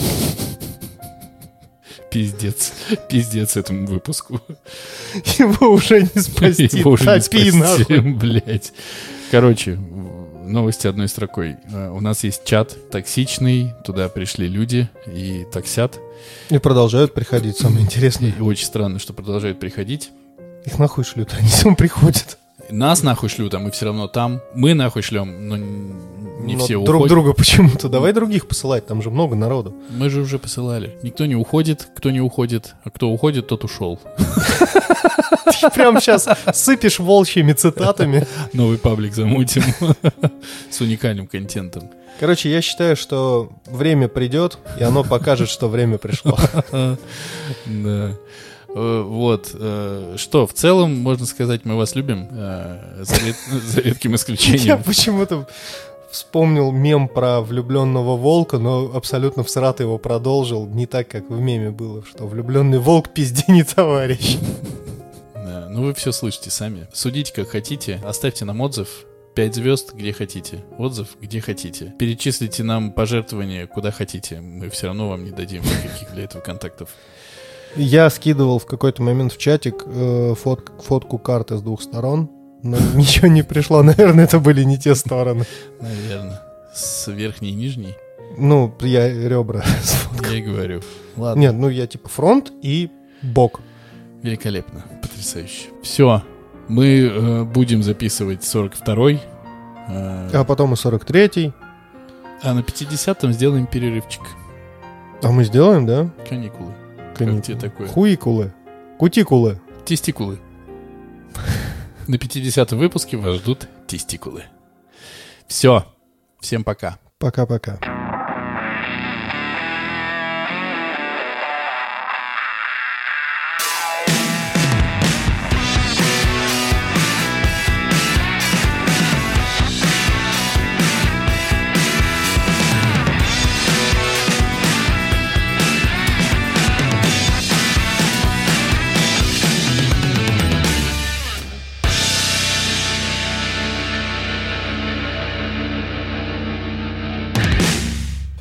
S2: Пиздец. Пиздец этому выпуску.
S1: Его уже не спасти.
S2: Его уже не
S1: Топи,
S2: спасти,
S1: нахуй.
S2: блять. Короче, новости одной строкой. У нас есть чат токсичный, туда пришли люди и токсят.
S1: И продолжают приходить, самое интересное.
S2: И очень странно, что продолжают приходить.
S1: Их нахуй шлют, они сам приходят.
S2: Нас нахуй шлют, а мы все равно там. Мы нахуй шлем, но не
S1: Но
S2: все
S1: друг
S2: уходят.
S1: друга почему-то. Давай других посылать, там же много народу.
S2: Мы же уже посылали. Никто не уходит, кто не уходит, а кто уходит, тот ушел.
S1: Ты прям сейчас сыпешь волчьими цитатами.
S2: Новый паблик замутим с уникальным контентом.
S1: Короче, я считаю, что время придет, и оно покажет, что время пришло.
S2: Да. Вот. Что, в целом, можно сказать, мы вас любим, за, ред... за редким
S1: Я
S2: исключением.
S1: почему-то вспомнил мем про влюбленного волка, но абсолютно всрато его продолжил. Не так, как в меме было, что влюбленный волк пизди не товарищ.
S2: Да, ну вы все слышите сами. Судите как хотите, оставьте нам отзыв. Пять звезд, где хотите. Отзыв, где хотите. Перечислите нам пожертвования, куда хотите. Мы все равно вам не дадим никаких для этого контактов.
S1: Я скидывал в какой-то момент в чатик э, фот, фотку карты с двух сторон, но ничего не пришло. Наверное, это были не те стороны.
S2: Наверное. С верхней и нижней.
S1: Ну, я ребра сфоткал.
S2: Я и говорю. Ладно.
S1: Нет, ну я типа фронт и бок.
S2: Великолепно. Потрясающе. Все. Мы э, будем записывать сорок второй. Э,
S1: А потом и сорок третий.
S2: а на пятидесятом сделаем перерывчик.
S1: А мы сделаем, да?
S2: Каникулы.
S1: Каникулы.
S2: Как тебе такое?
S1: Хуикулы. Кутикулы.
S2: Тестикулы. На пятидесятом выпуске вас ждут тестикулы. Все. Всем пока.
S1: Пока-пока.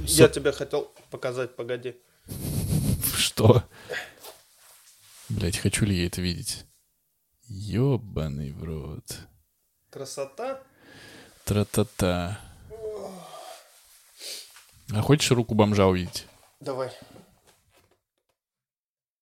S1: Я тебе хотел показать, погоди.
S2: Что? Блять, хочу ли я это видеть? Ёбаный в рот.
S1: Красота?
S2: Тра-та-та. А хочешь руку бомжа увидеть?
S1: Давай.